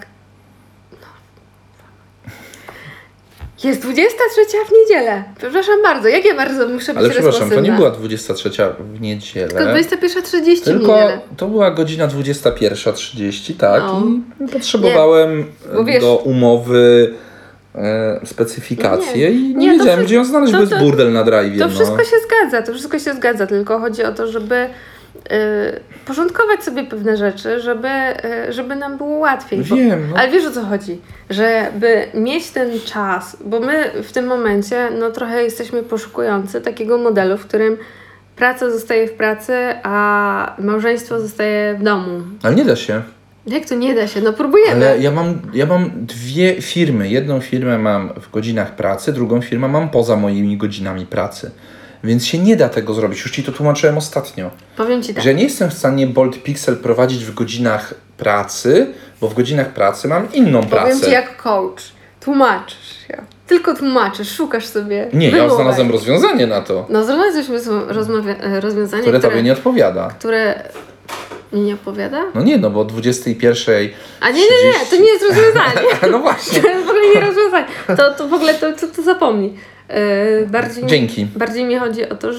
jest 23 w niedzielę. Przepraszam bardzo. Jak ja bardzo muszę być Ale przepraszam, responsywna? to nie była 23 w niedzielę. Tylko 21:30 w Tylko niedzielę. to była godzina 21:30, tak. No. I potrzebowałem do umowy specyfikację i nie wiedziałem, gdzie ją znaleźć, bo jest burdel na drive. To wszystko się zgadza, tylko chodzi o to, żeby porządkować sobie pewne rzeczy, żeby nam było łatwiej. Wiem. Ale wiesz, o co chodzi? Żeby mieć ten czas, bo my w tym momencie trochę jesteśmy poszukujący takiego modelu, w którym praca zostaje w pracy, a małżeństwo zostaje w domu. Ale nie da się. Jak to nie da się? Próbujemy. Ale ja mam dwie firmy. Jedną firmę mam w godzinach pracy, drugą firmę mam poza moimi godzinami pracy. Więc się nie da tego zrobić. Już ci to tłumaczyłem ostatnio. Powiem ci tak. Że nie jestem w stanie Bolt Pixel prowadzić w godzinach pracy, bo w godzinach pracy mam inną pracę. Powiem ci jak coach. Tłumaczysz się. Tylko tłumaczysz, szukasz sobie. Nie, ja znalazłem rozwiązanie na to. Znalazłyśmy rozwiązanie, które tobie nie odpowiada. Które nie odpowiada? No bo o 21:00. A nie, to nie jest rozwiązanie. No właśnie. To jest w ogóle nie rozwiązanie. To w ogóle to zapomnij. Dzięki. Bardziej mi chodzi o to,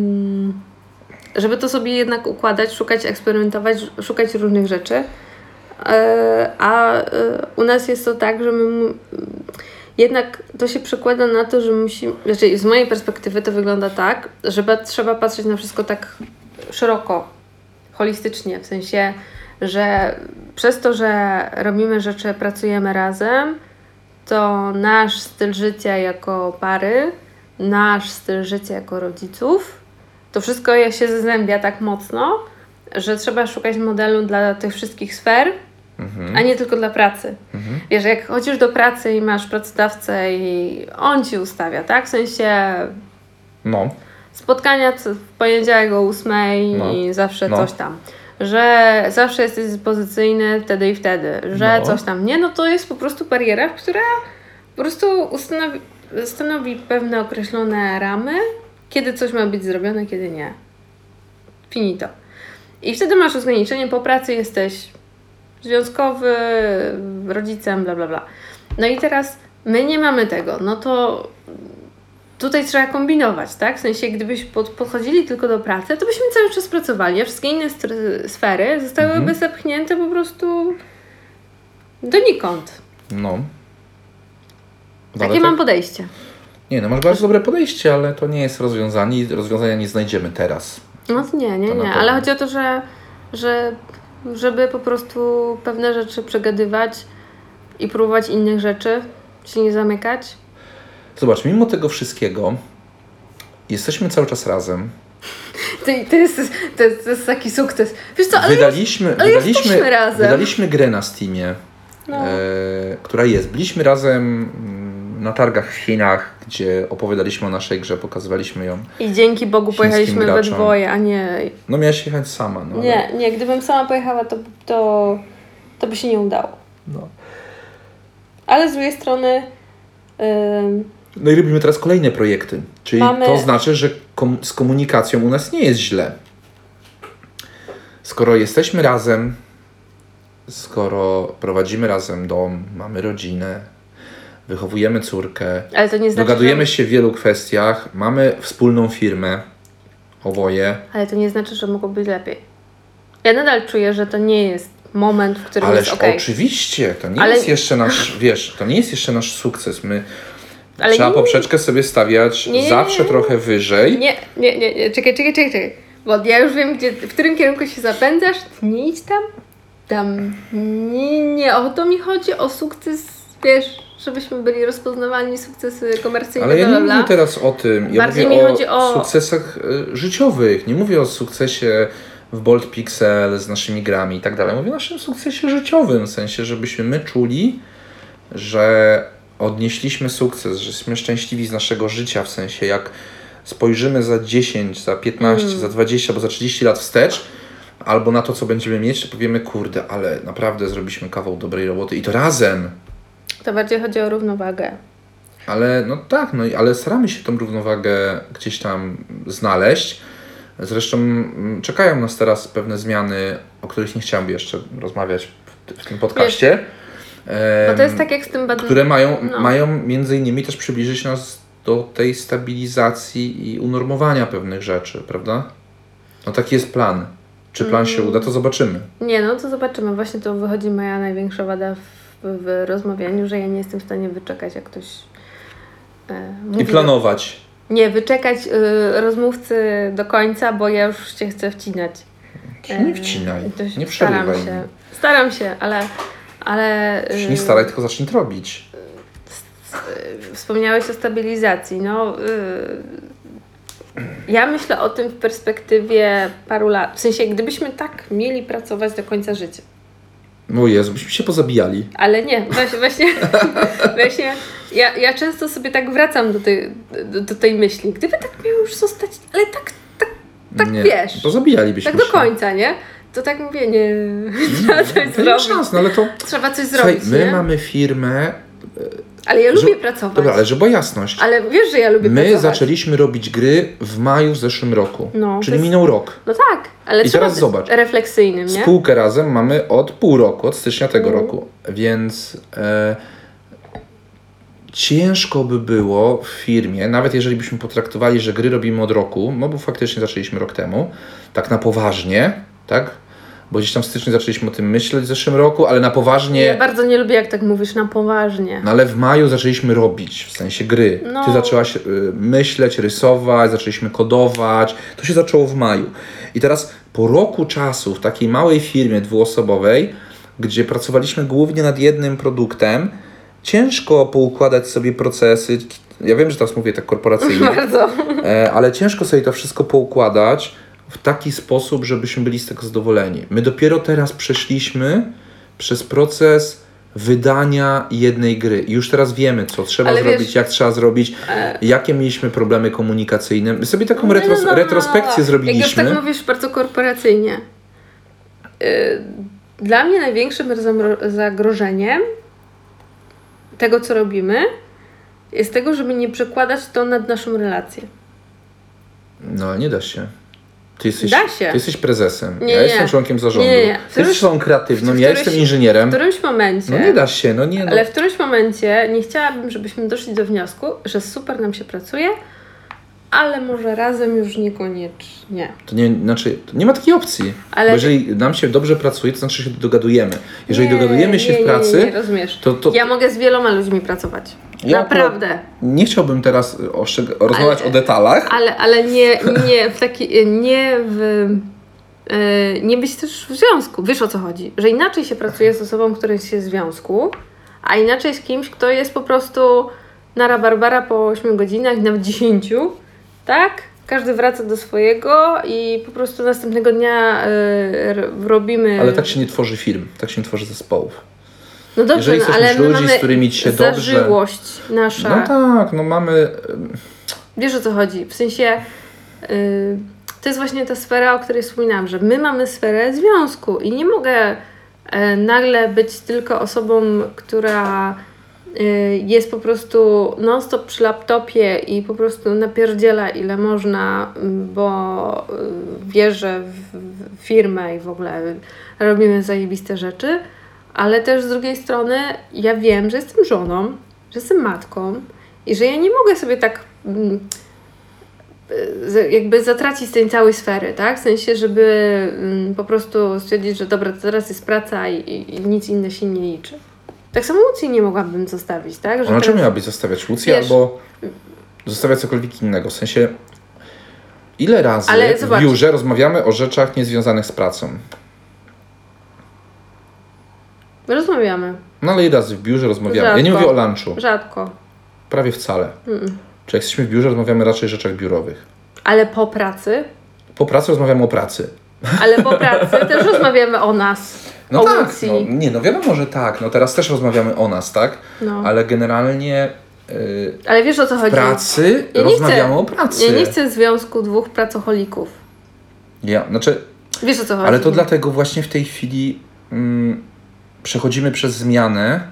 żeby to sobie jednak układać, szukać, eksperymentować, szukać różnych rzeczy. u nas jest to tak, że jednak to się przekłada na to, że musimy, znaczy z mojej perspektywy to wygląda tak, że trzeba patrzeć na wszystko tak szeroko, holistycznie, w sensie, że przez to, że robimy rzeczy, pracujemy razem, to nasz styl życia jako pary, nasz styl życia jako rodziców, to wszystko się zazębia tak mocno, że trzeba szukać modelu dla tych wszystkich sfer, a nie tylko dla pracy. Wiesz, jak chodzisz do pracy i masz pracodawcę i on ci ustawia, tak? W sensie spotkania w poniedziałek o 8 i zawsze coś tam. Że zawsze jesteś dyspozycyjny wtedy i wtedy, że coś tam nie, no to jest po prostu bariera, która po prostu stanowi pewne określone ramy, kiedy coś ma być zrobione, kiedy nie. Finito. I wtedy masz ograniczenie, po pracy jesteś związkowy, rodzicem, bla, bla, bla. No i teraz my nie mamy tego, no to tutaj trzeba kombinować, tak? W sensie, gdybyśmy podchodzili tylko do pracy, to byśmy cały czas pracowali, a wszystkie inne sfery zostałyby zepchnięte po prostu donikąd. Takie mam podejście. Nie, masz bardzo dobre podejście, ale to nie jest rozwiązanie i rozwiązania nie znajdziemy teraz. No nie, ale chodzi o to, żeby po prostu pewne rzeczy przegadywać i próbować innych rzeczy, się nie zamykać. Zobacz, mimo tego wszystkiego jesteśmy cały czas razem. To jest taki sukces. Wiesz co, ale jesteśmy razem. Wydaliśmy grę na Steamie, która jest. Byliśmy razem na targach w Chinach, gdzie opowiadaliśmy o naszej grze, pokazywaliśmy ją. I dzięki Bogu pojechaliśmy we dwoje, a nie... No miałaś jechać sama. No, nie, gdybym sama pojechała, to by się nie udało. Ale z drugiej strony... No i robimy teraz kolejne projekty. Czyli to znaczy, że z komunikacją u nas nie jest źle. Skoro jesteśmy razem, skoro prowadzimy razem dom, mamy rodzinę, wychowujemy córkę, ale to nie znaczy, dogadujemy się w wielu kwestiach, mamy wspólną firmę, oboje. Ale to nie znaczy, że mogło być lepiej. Ja nadal czuję, że to nie jest moment, w którym jest okej. Oczywiście, to nie jest jeszcze nasz, to nie jest jeszcze nasz sukces. Trzeba poprzeczkę sobie stawiać zawsze trochę wyżej. Nie, czekaj. Bo ja już wiem, w którym kierunku się zapędzasz. Nie idź tam. Nie o to mi chodzi, o sukces, wiesz, żebyśmy byli rozpoznawalni, sukcesy komercyjne. Ale ja nie mówię teraz o tym. Ja mówię o sukcesach życiowych. Nie mówię o sukcesie w Bold Pixel z naszymi grami i tak dalej. Mówię o naszym sukcesie życiowym, w sensie, żebyśmy my czuli, że odnieśliśmy sukces, że jesteśmy szczęśliwi z naszego życia, w sensie jak spojrzymy za 10, za 15, za 20, bo za 30 lat wstecz, albo na to, co będziemy mieć, to powiemy, kurde, ale naprawdę zrobiliśmy kawał dobrej roboty i to razem. To bardziej chodzi o równowagę. Ale ale staramy się tą równowagę gdzieś tam znaleźć. Zresztą czekają nas teraz pewne zmiany, o których nie chciałam jeszcze rozmawiać w tym podcaście. Bo to jest tak jak z tym które mają między innymi też przybliżyć nas do tej stabilizacji i unormowania pewnych rzeczy, prawda? No taki jest plan. Czy plan się uda, to zobaczymy. Nie, to zobaczymy. Właśnie to wychodzi moja największa wada w rozmawianiu, że ja nie jestem w stanie wyczekać, jak ktoś mówi. I planować. Nie, wyczekać rozmówcy do końca, bo ja już się chcę wcinać. Nie wcinaj, nie przerywaj. Staram się, ale nie staraj, tylko zacznij to robić. Wspomniałeś o stabilizacji. Ja myślę o tym w perspektywie paru lat. W sensie, gdybyśmy tak mieli pracować do końca życia. No Jezu, byśmy się pozabijali. Ale nie, właśnie ja często sobie tak wracam do tej myśli. Gdyby tak miało już zostać, ale tak nie, wiesz. Pozabijalibyśmy tak do końca, nie? To tak mówię, trzeba coś zrobić. Szans, ale to... Trzeba coś zrobić, my mamy firmę... Ale ja lubię pracować. Dobra, ale żeby była jasność. Ale wiesz, że ja lubię pracować. My zaczęliśmy robić gry w maju w zeszłym roku. Czyli minął rok. No tak, ale i teraz zobacz. Refleksyjnym, nie? Spółkę razem mamy od pół roku, od stycznia tego roku. Więc ciężko by było w firmie, nawet jeżeli byśmy potraktowali, że gry robimy od roku, no bo faktycznie zaczęliśmy rok temu, tak na poważnie, tak? bo gdzieś tam w styczniu zaczęliśmy o tym myśleć w zeszłym roku, ale na poważnie... Ja bardzo nie lubię, jak tak mówisz, na poważnie. No ale w maju zaczęliśmy robić, w sensie gry. No. Ty zaczęłaś myśleć, rysować, zaczęliśmy kodować. To się zaczęło w maju. I teraz po roku czasu w takiej małej firmie dwuosobowej, gdzie pracowaliśmy głównie nad jednym produktem, ciężko poukładać sobie procesy. Ja wiem, że teraz mówię tak korporacyjnie, Bardzo. ale ciężko sobie to wszystko poukładać w taki sposób, żebyśmy byli z tego zadowoleni. My dopiero teraz przeszliśmy przez proces wydania jednej gry. I już teraz wiemy, co trzeba Ale zrobić, wiesz, jak trzeba zrobić, jakie mieliśmy problemy komunikacyjne. My sobie taką retrospekcję Jak zrobiliśmy. już tak mówisz bardzo korporacyjnie. Dla mnie największym zagrożeniem tego, co robimy, jest tego, żeby nie przekładać to nad naszą relację. No, ale nie da się. Da się. Ty jesteś prezesem, Nie, ja nie. jestem członkiem zarządu. Nie. Ty jesteś osobą kreatywną, ja jestem W inżynierem. którymś momencie... No nie da się, no nie. No. Ale w którymś momencie nie chciałabym, żebyśmy doszli do wniosku, że super nam się pracuje, ale może razem już niekoniecznie. To nie ma takiej opcji. Ale- Bo jeżeli nam się dobrze pracuje, to znaczy, że się dogadujemy. Jeżeli dogadujemy się w pracy, Nie, rozumiesz. to Ja mogę z wieloma ludźmi pracować. Ja Naprawdę. nie chciałbym teraz rozmawiać o detalach. Ale nie w taki, nie być też w związku. Wiesz, o co chodzi? Że inaczej się pracuje z osobą, która jest w związku, a inaczej z kimś, kto jest po prostu na rabarbara po 8 godzinach, nawet 10, tak? Każdy wraca do swojego i po prostu następnego dnia robimy... Ale tak się nie tworzy firm, tak się nie tworzy zespołów. No dobrze, jeżeli chcesz ale mieć my ludzi, mamy z którymi ci się dobrze... zażyłość nasza. No tak, no mamy... Wiesz, o co chodzi? W sensie to jest właśnie ta sfera, o której wspominałam, że my mamy sferę związku i nie mogę nagle być tylko osobą, która jest po prostu non-stop przy laptopie i po prostu napierdziela ile można, bo wierzę w firmę i w ogóle robimy zajebiste rzeczy, ale też z drugiej strony ja wiem, że jestem żoną, że jestem matką i że ja nie mogę sobie tak jakby zatracić z tej całej sfery, tak? W sensie, żeby po prostu stwierdzić, że dobra, to teraz jest praca i nic inne się nie liczy. Tak samo Łucji nie mogłabym zostawić, tak? Że Ona czemu teraz... miałabyś zostawiać Lucję Wiesz, albo zostawiać cokolwiek innego? W sensie, ile razy Ale w zobacz. biurze rozmawiamy o rzeczach niezwiązanych z pracą? Rozmawiamy. No ale ile razy w biurze rozmawiamy? Ja nie Rzadko. mówię o lunchu. Rzadko. Prawie wcale. Czy jak jesteśmy w biurze, rozmawiamy raczej o rzeczach biurowych. Ale po pracy? Po pracy rozmawiamy o pracy. Ale po pracy też rozmawiamy o nas. No o tak, Łucji. no wiadomo, że tak. No teraz też rozmawiamy o nas, tak? No. Ale generalnie Ale wiesz, o co w chodzi? pracy Ja nie rozmawiamy chcę- o pracy. Ja nie chcę związku dwóch pracocholików. Znaczy, Wiesz, o co chodzi? ale to dlatego właśnie w tej chwili przechodzimy przez zmianę,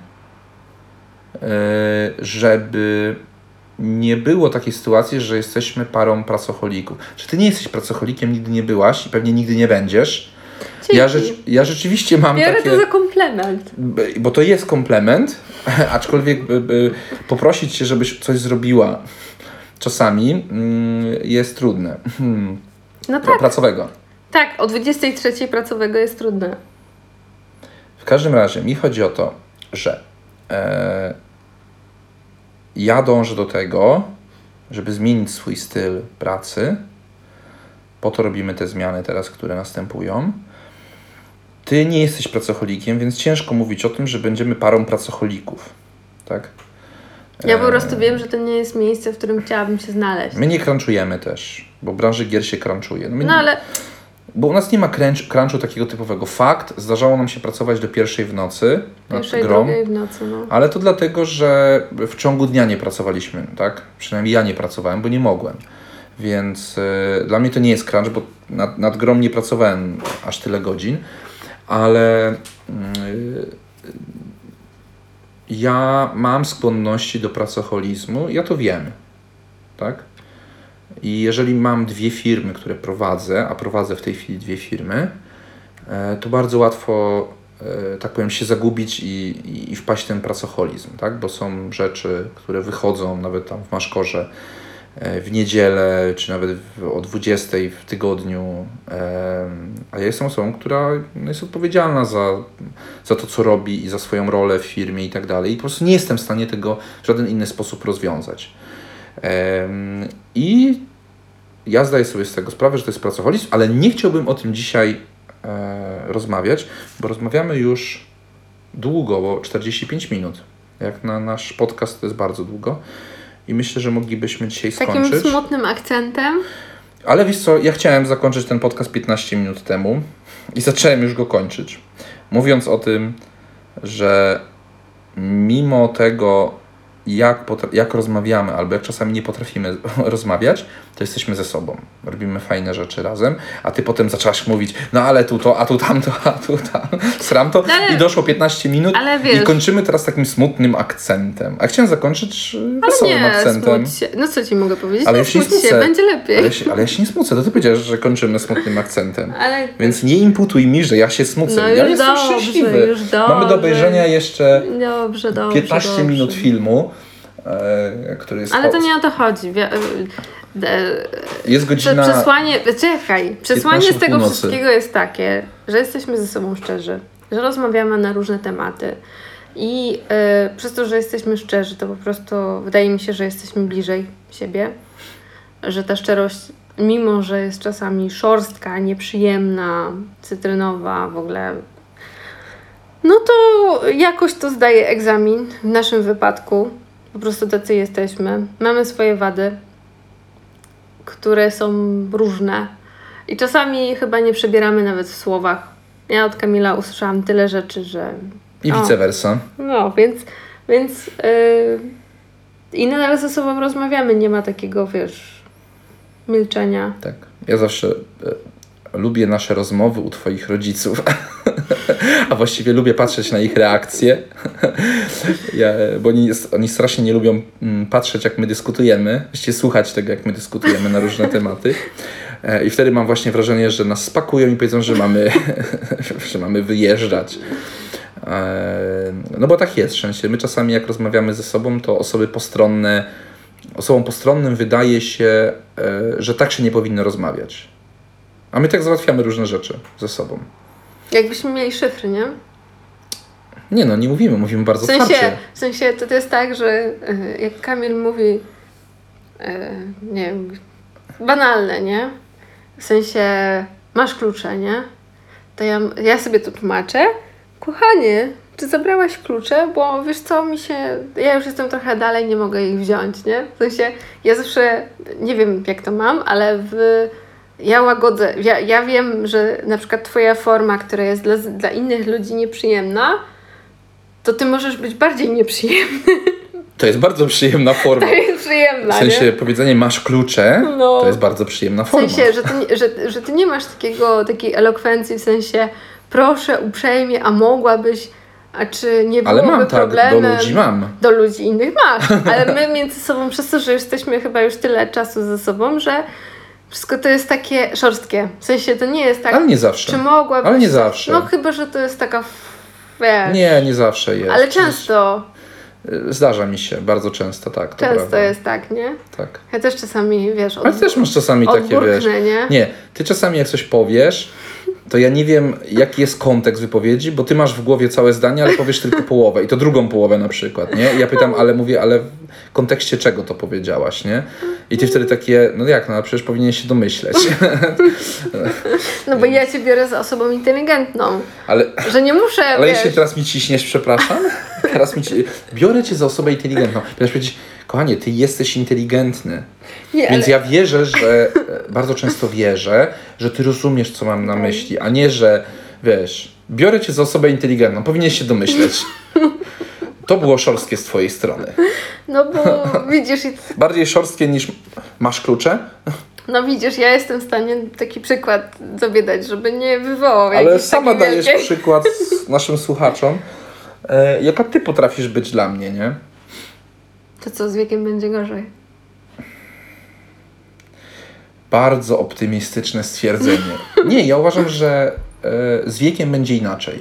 żeby nie było takiej sytuacji, że jesteśmy parą pracocholików. Czy ty nie jesteś pracocholikiem, nigdy nie byłaś i pewnie nigdy nie będziesz. Dzięki. Ja rzeczywiście mam Biorę takie... to za komplement. Bo to jest komplement, aczkolwiek poprosić cię, żebyś coś zrobiła czasami jest trudne. No tak. Pracowego. Tak, o 23 pracowego jest trudne. W każdym razie mi chodzi o to, że ja dążę do tego, żeby zmienić swój styl pracy. Po to robimy te zmiany teraz, które następują. Ty nie jesteś pracocholikiem, więc ciężko mówić o tym, że będziemy parą pracocholików. Tak? Ja po prostu wiem, że to nie jest miejsce, w którym chciałabym się znaleźć. My nie crunchujemy też, bo w branży gier się crunchuje. No ale Bo u nas nie ma crunchu takiego typowego. Fakt, zdarzało nam się pracować do 1:00 w nocy nad pierwszej, grą. drugiej w nocy, no. Ale to dlatego, że w ciągu dnia nie pracowaliśmy, tak? Przynajmniej ja nie pracowałem, bo nie mogłem. Więc dla mnie to nie jest crunch, bo nad grą nie pracowałem aż tyle godzin. Ale ja mam skłonności do pracoholizmu, ja to wiem, tak? I jeżeli mam 2 firmy, które prowadzę, a prowadzę w tej chwili 2 firmy, to bardzo łatwo, tak powiem, się zagubić i wpaść w ten pracoholizm, tak? Bo są rzeczy, które wychodzą nawet tam w maszkorze w niedzielę, czy nawet o 20 w tygodniu. A ja jestem osobą, która jest odpowiedzialna za to, co robi i za swoją rolę w firmie i tak dalej. I po prostu nie jestem w stanie tego w żaden inny sposób rozwiązać. I ja zdaję sobie z tego sprawę, że to jest pracoholizm, ale nie chciałbym o tym dzisiaj rozmawiać, bo rozmawiamy już długo, bo 45 minut. Jak na nasz podcast to jest bardzo długo. I myślę, że moglibyśmy dzisiaj skończyć. Takim smutnym akcentem. Ale wiesz co, ja chciałem zakończyć ten podcast 15 minut temu i zacząłem już go kończyć. Mówiąc o tym, że mimo tego, jak rozmawiamy, albo jak czasami nie potrafimy rozmawiać, to jesteśmy ze sobą. Robimy fajne rzeczy razem, a ty potem zaczęłaś mówić, no ale tu to, a tu tamto, a tu tam, sram to. Ale, i doszło 15 minut ale wiesz, i kończymy teraz takim smutnym akcentem. A chciałem zakończyć wesołym akcentem. Smuć się. No co ci mogę powiedzieć? Ale nie ja się smuć nie się, będzie lepiej. Ale ja się nie smucę, to ty powiedziałeś, że kończymy smutnym akcentem. Ale... Więc nie imputuj mi, że ja się smucę. No ja już jestem dobrze, szczęśliwy. już dobrze. Mamy do obejrzenia jeszcze Dobrze, 15 minut filmu, który jest... Ale to nie o to chodzi. Jest godzina... Przesłanie z tego północy. wszystkiego jest takie, że jesteśmy ze sobą szczerzy, że rozmawiamy na różne tematy i przez to, że jesteśmy szczerzy, to po prostu wydaje mi się, że jesteśmy bliżej siebie, że ta szczerość, mimo że jest czasami szorstka, nieprzyjemna, cytrynowa, w ogóle, no to jakoś to zdaje egzamin w naszym wypadku. Po prostu tacy jesteśmy. Mamy swoje wady, które są różne i czasami chyba nie przebieramy nawet w słowach. Ja od Kamila usłyszałam tyle rzeczy, że... I vice versa. No, więc i nadal ze sobą rozmawiamy. Nie ma takiego, wiesz, milczenia. Tak. Ja zawsze lubię nasze rozmowy u twoich rodziców. A właściwie lubię patrzeć na ich reakcje. Bo oni strasznie nie lubią patrzeć, jak my dyskutujemy. Właściwie słuchać tego, jak my dyskutujemy na różne tematy. I wtedy mam właśnie wrażenie, że nas spakują i powiedzą, że mamy wyjeżdżać. No bo tak jest. W sensie my czasami jak rozmawiamy ze sobą, to osobom postronnym wydaje się, że tak się nie powinno rozmawiać. A my tak załatwiamy różne rzeczy ze sobą. Jakbyśmy mieli szyfry, nie? Nie no, nie mówimy bardzo otwarcie. W sensie to jest tak, że jak Kamil mówi nie wiem, banalne, nie? W sensie masz klucze, nie? To ja sobie to tłumaczę. Kochanie, czy zabrałaś klucze? Bo wiesz co, ja już jestem trochę dalej, nie mogę ich wziąć, nie? W sensie ja zawsze, nie wiem jak to mam, ale ja łagodzę. Ja wiem, że na przykład twoja forma, która jest dla innych ludzi nieprzyjemna, to ty możesz być bardziej nieprzyjemny. To jest bardzo przyjemna forma. To jest przyjemna, w sensie nie? powiedzenie masz klucze, no, to jest bardzo przyjemna forma. W sensie, że ty nie masz takiej elokwencji, w sensie proszę uprzejmie, a mogłabyś, a czy nie byłoby ale mam problemem? Tak, do ludzi mam. Do ludzi innych masz, ale my między sobą, przez to, że jesteśmy chyba już tyle czasu ze sobą, że wszystko to jest takie szorstkie. W sensie to nie jest tak... Ale nie zawsze. Czy mogłabyś... Ale nie zawsze. No chyba, że to jest taka... Wiesz, nie zawsze jest. ale często. Zdarza mi się, bardzo często, tak. To często prawda. jest tak, nie? Tak. Ja też czasami, wiesz... Ale ty też masz czasami takie, wiesz... Nie, ty czasami jak coś powiesz, to ja nie wiem, jaki jest kontekst wypowiedzi, bo ty masz w głowie całe zdanie, ale powiesz tylko połowę i to drugą połowę na przykład, nie? I ja pytam, ale w kontekście czego to powiedziałaś, nie? I ty wtedy takie, no jak, no przecież powinien się domyśleć. No bo ja cię biorę za osobą inteligentną. Ale, że nie muszę, ale wiesz... jeśli teraz mi ciśniesz, przepraszam, biorę cię za osobę inteligentną. Będziesz powiedzieć, kochanie, ty jesteś inteligentny. Nie, więc ja wierzę, że bardzo często wierzę, że ty rozumiesz, co mam na myśli, a nie, że wiesz, biorę cię za osobę inteligentną, powinieneś się domyśleć. To było szorstkie z twojej strony. No bo widzisz... Bardziej szorstkie niż masz klucze? No widzisz, ja jestem w stanie taki przykład sobie dać, żeby nie wywołał ale sama dajesz wielkiej... przykład naszym słuchaczom, jaka ty potrafisz być dla mnie, nie? To co, z wiekiem będzie gorzej? Bardzo optymistyczne stwierdzenie. Nie, ja uważam, że z wiekiem będzie inaczej.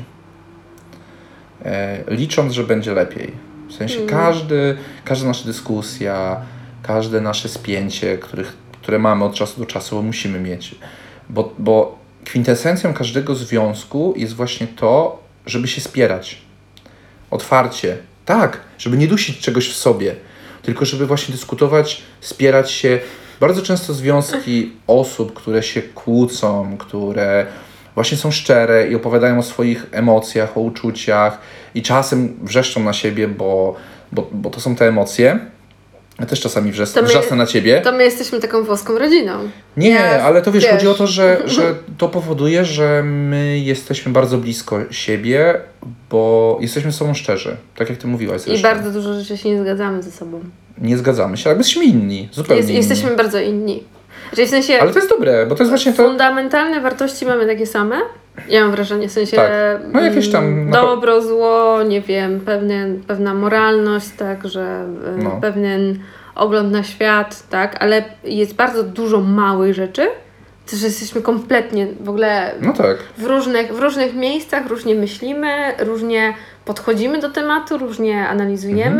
Licząc, że będzie lepiej. W sensie każda nasza dyskusja, każde nasze spięcie, które mamy od czasu do czasu, bo musimy mieć. Bo kwintesencją każdego związku jest właśnie to, żeby się spierać. Otwarcie. Tak, żeby nie dusić czegoś w sobie, tylko żeby właśnie dyskutować, spierać się. Bardzo często związki osób, które się kłócą, które właśnie są szczere i opowiadają o swoich emocjach, o uczuciach i czasem wrzeszczą na siebie, bo to są te emocje. Ja też czasami wrzasnę na ciebie. To my jesteśmy taką włoską rodziną. Nie, ale to wiesz, chodzi o to, że to powoduje, że my jesteśmy bardzo blisko siebie, bo jesteśmy ze sobą szczerzy. Tak jak ty mówiłaś zresztą. I bardzo dużo rzeczy się nie zgadzamy ze sobą. Nie zgadzamy się, ale jesteśmy inni. Zupełnie inni. Jesteśmy bardzo inni. Czyli w sensie... Ale to jest dobre, bo to jest właśnie to... Fundamentalne wartości mamy takie same. Ja mam wrażenie, w sensie Tak. No jakieś tam... dobro, zło, nie wiem, pewna moralność, tak, że pewien ogląd na świat, tak, ale jest bardzo dużo małych rzeczy, że jesteśmy kompletnie w ogóle w różnych miejscach, różnie myślimy, różnie podchodzimy do tematu, różnie analizujemy.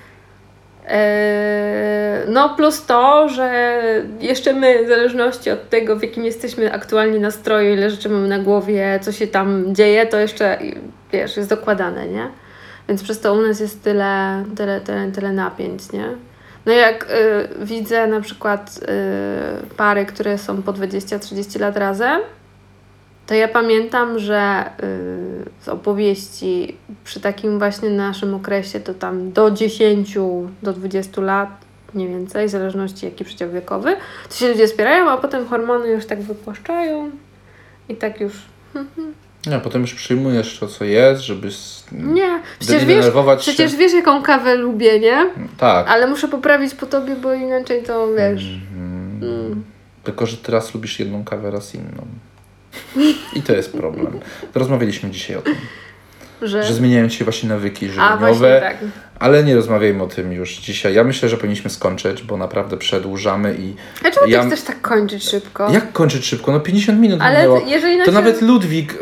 No plus to, że jeszcze my, w zależności od tego, w jakim jesteśmy aktualnie nastroju, ile rzeczy mamy na głowie, co się tam dzieje, to jeszcze, wiesz, jest dokładane, nie? Więc przez to u nas jest tyle napięć, nie? No jak widzę na przykład pary, które są po 20-30 lat razem, to ja pamiętam, że z opowieści przy takim właśnie naszym okresie to tam do 10 do 20 lat, mniej więcej, w zależności jaki przedział wiekowy, to się ludzie spierają, a potem hormony już tak wypłaszczają i tak już... Nie, potem już przyjmujesz to, co jest, żeby nie, przecież wiesz, jaką kawę lubię, nie? Tak. Ale muszę poprawić po tobie, bo inaczej to wiesz... Tylko, że teraz lubisz jedną kawę, raz inną. I to jest problem. To rozmawialiśmy dzisiaj o tym. Że zmieniają się właśnie nawyki żywieniowe. Tak. Ale nie rozmawiajmy o tym już dzisiaj. Ja myślę, że powinniśmy skończyć, bo naprawdę przedłużamy i... A czemu ty chcesz tak kończyć szybko? Jak kończyć szybko? No 50 minut ale minęło. Jeżeli to nawet Ludwik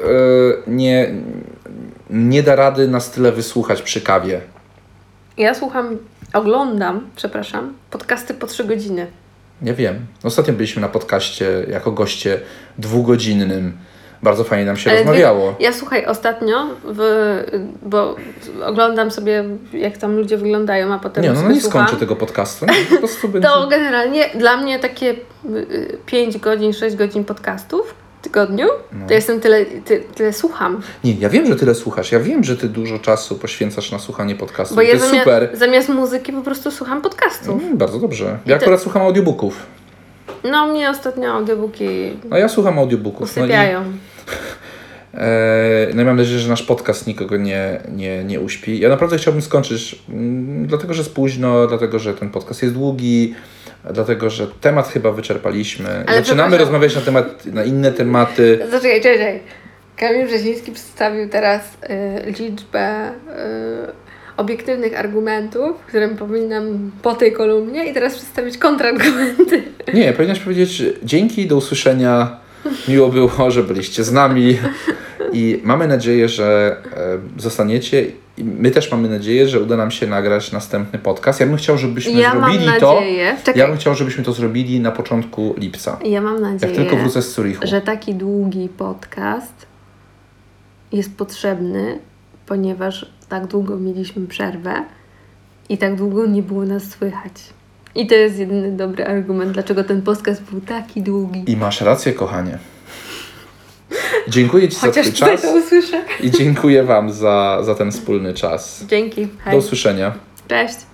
nie da rady nas tyle wysłuchać przy kawie. Ja oglądam podcasty po 3 godziny. Ja wiem. Ostatnio byliśmy na podcaście jako goście 2-godzinnym. Bardzo fajnie nam się rozmawiało. Ja słuchaj, ostatnio, bo oglądam sobie, jak tam ludzie wyglądają, a potem nie skończę tego podcastu. Po prostu będzie... To generalnie dla mnie takie 5 godzin, 6 godzin podcastów w tygodniu, to jestem tyle słucham. Nie, ja wiem, że tyle słuchasz. Ja wiem, że ty dużo czasu poświęcasz na słuchanie podcastów. Bo to jest super. Zamiast muzyki po prostu słucham podcastów. Bardzo dobrze. Ja akurat słucham audiobooków. No mnie ostatnio audiobooki No ja słucham audiobooków. usypiają. No i mam nadzieję, że nasz podcast nikogo nie uśpi. Ja naprawdę chciałbym skończyć, dlatego że jest późno, dlatego że ten podcast jest długi, dlatego że temat chyba wyczerpaliśmy. Ale zaczynamy rozmawiać na inne tematy. Zaczekaj. Kamil Brzeziński przedstawił teraz liczbę obiektywnych argumentów, którym powinnam po tej kolumnie i teraz przedstawić kontrargumenty. Nie, powinnaś powiedzieć dzięki, do usłyszenia. Miło było, że byliście z nami i mamy nadzieję, że zostaniecie. I my też mamy nadzieję, że uda nam się nagrać następny podcast. Ja bym chciał, żebyśmy Ja bym chciał, żebyśmy to zrobili na początku lipca. Ja mam nadzieję, jak tylko wrócę z Zurichu. Że taki długi podcast jest potrzebny, ponieważ tak długo mieliśmy przerwę i tak długo nie było nas słychać. I to jest jedyny dobry argument, dlaczego ten podcast był taki długi. I masz rację, kochanie. Dziękuję Ci za twój czas. To usłyszę. I dziękuję Wam za ten wspólny czas. Dzięki. Hej. Do usłyszenia. Cześć.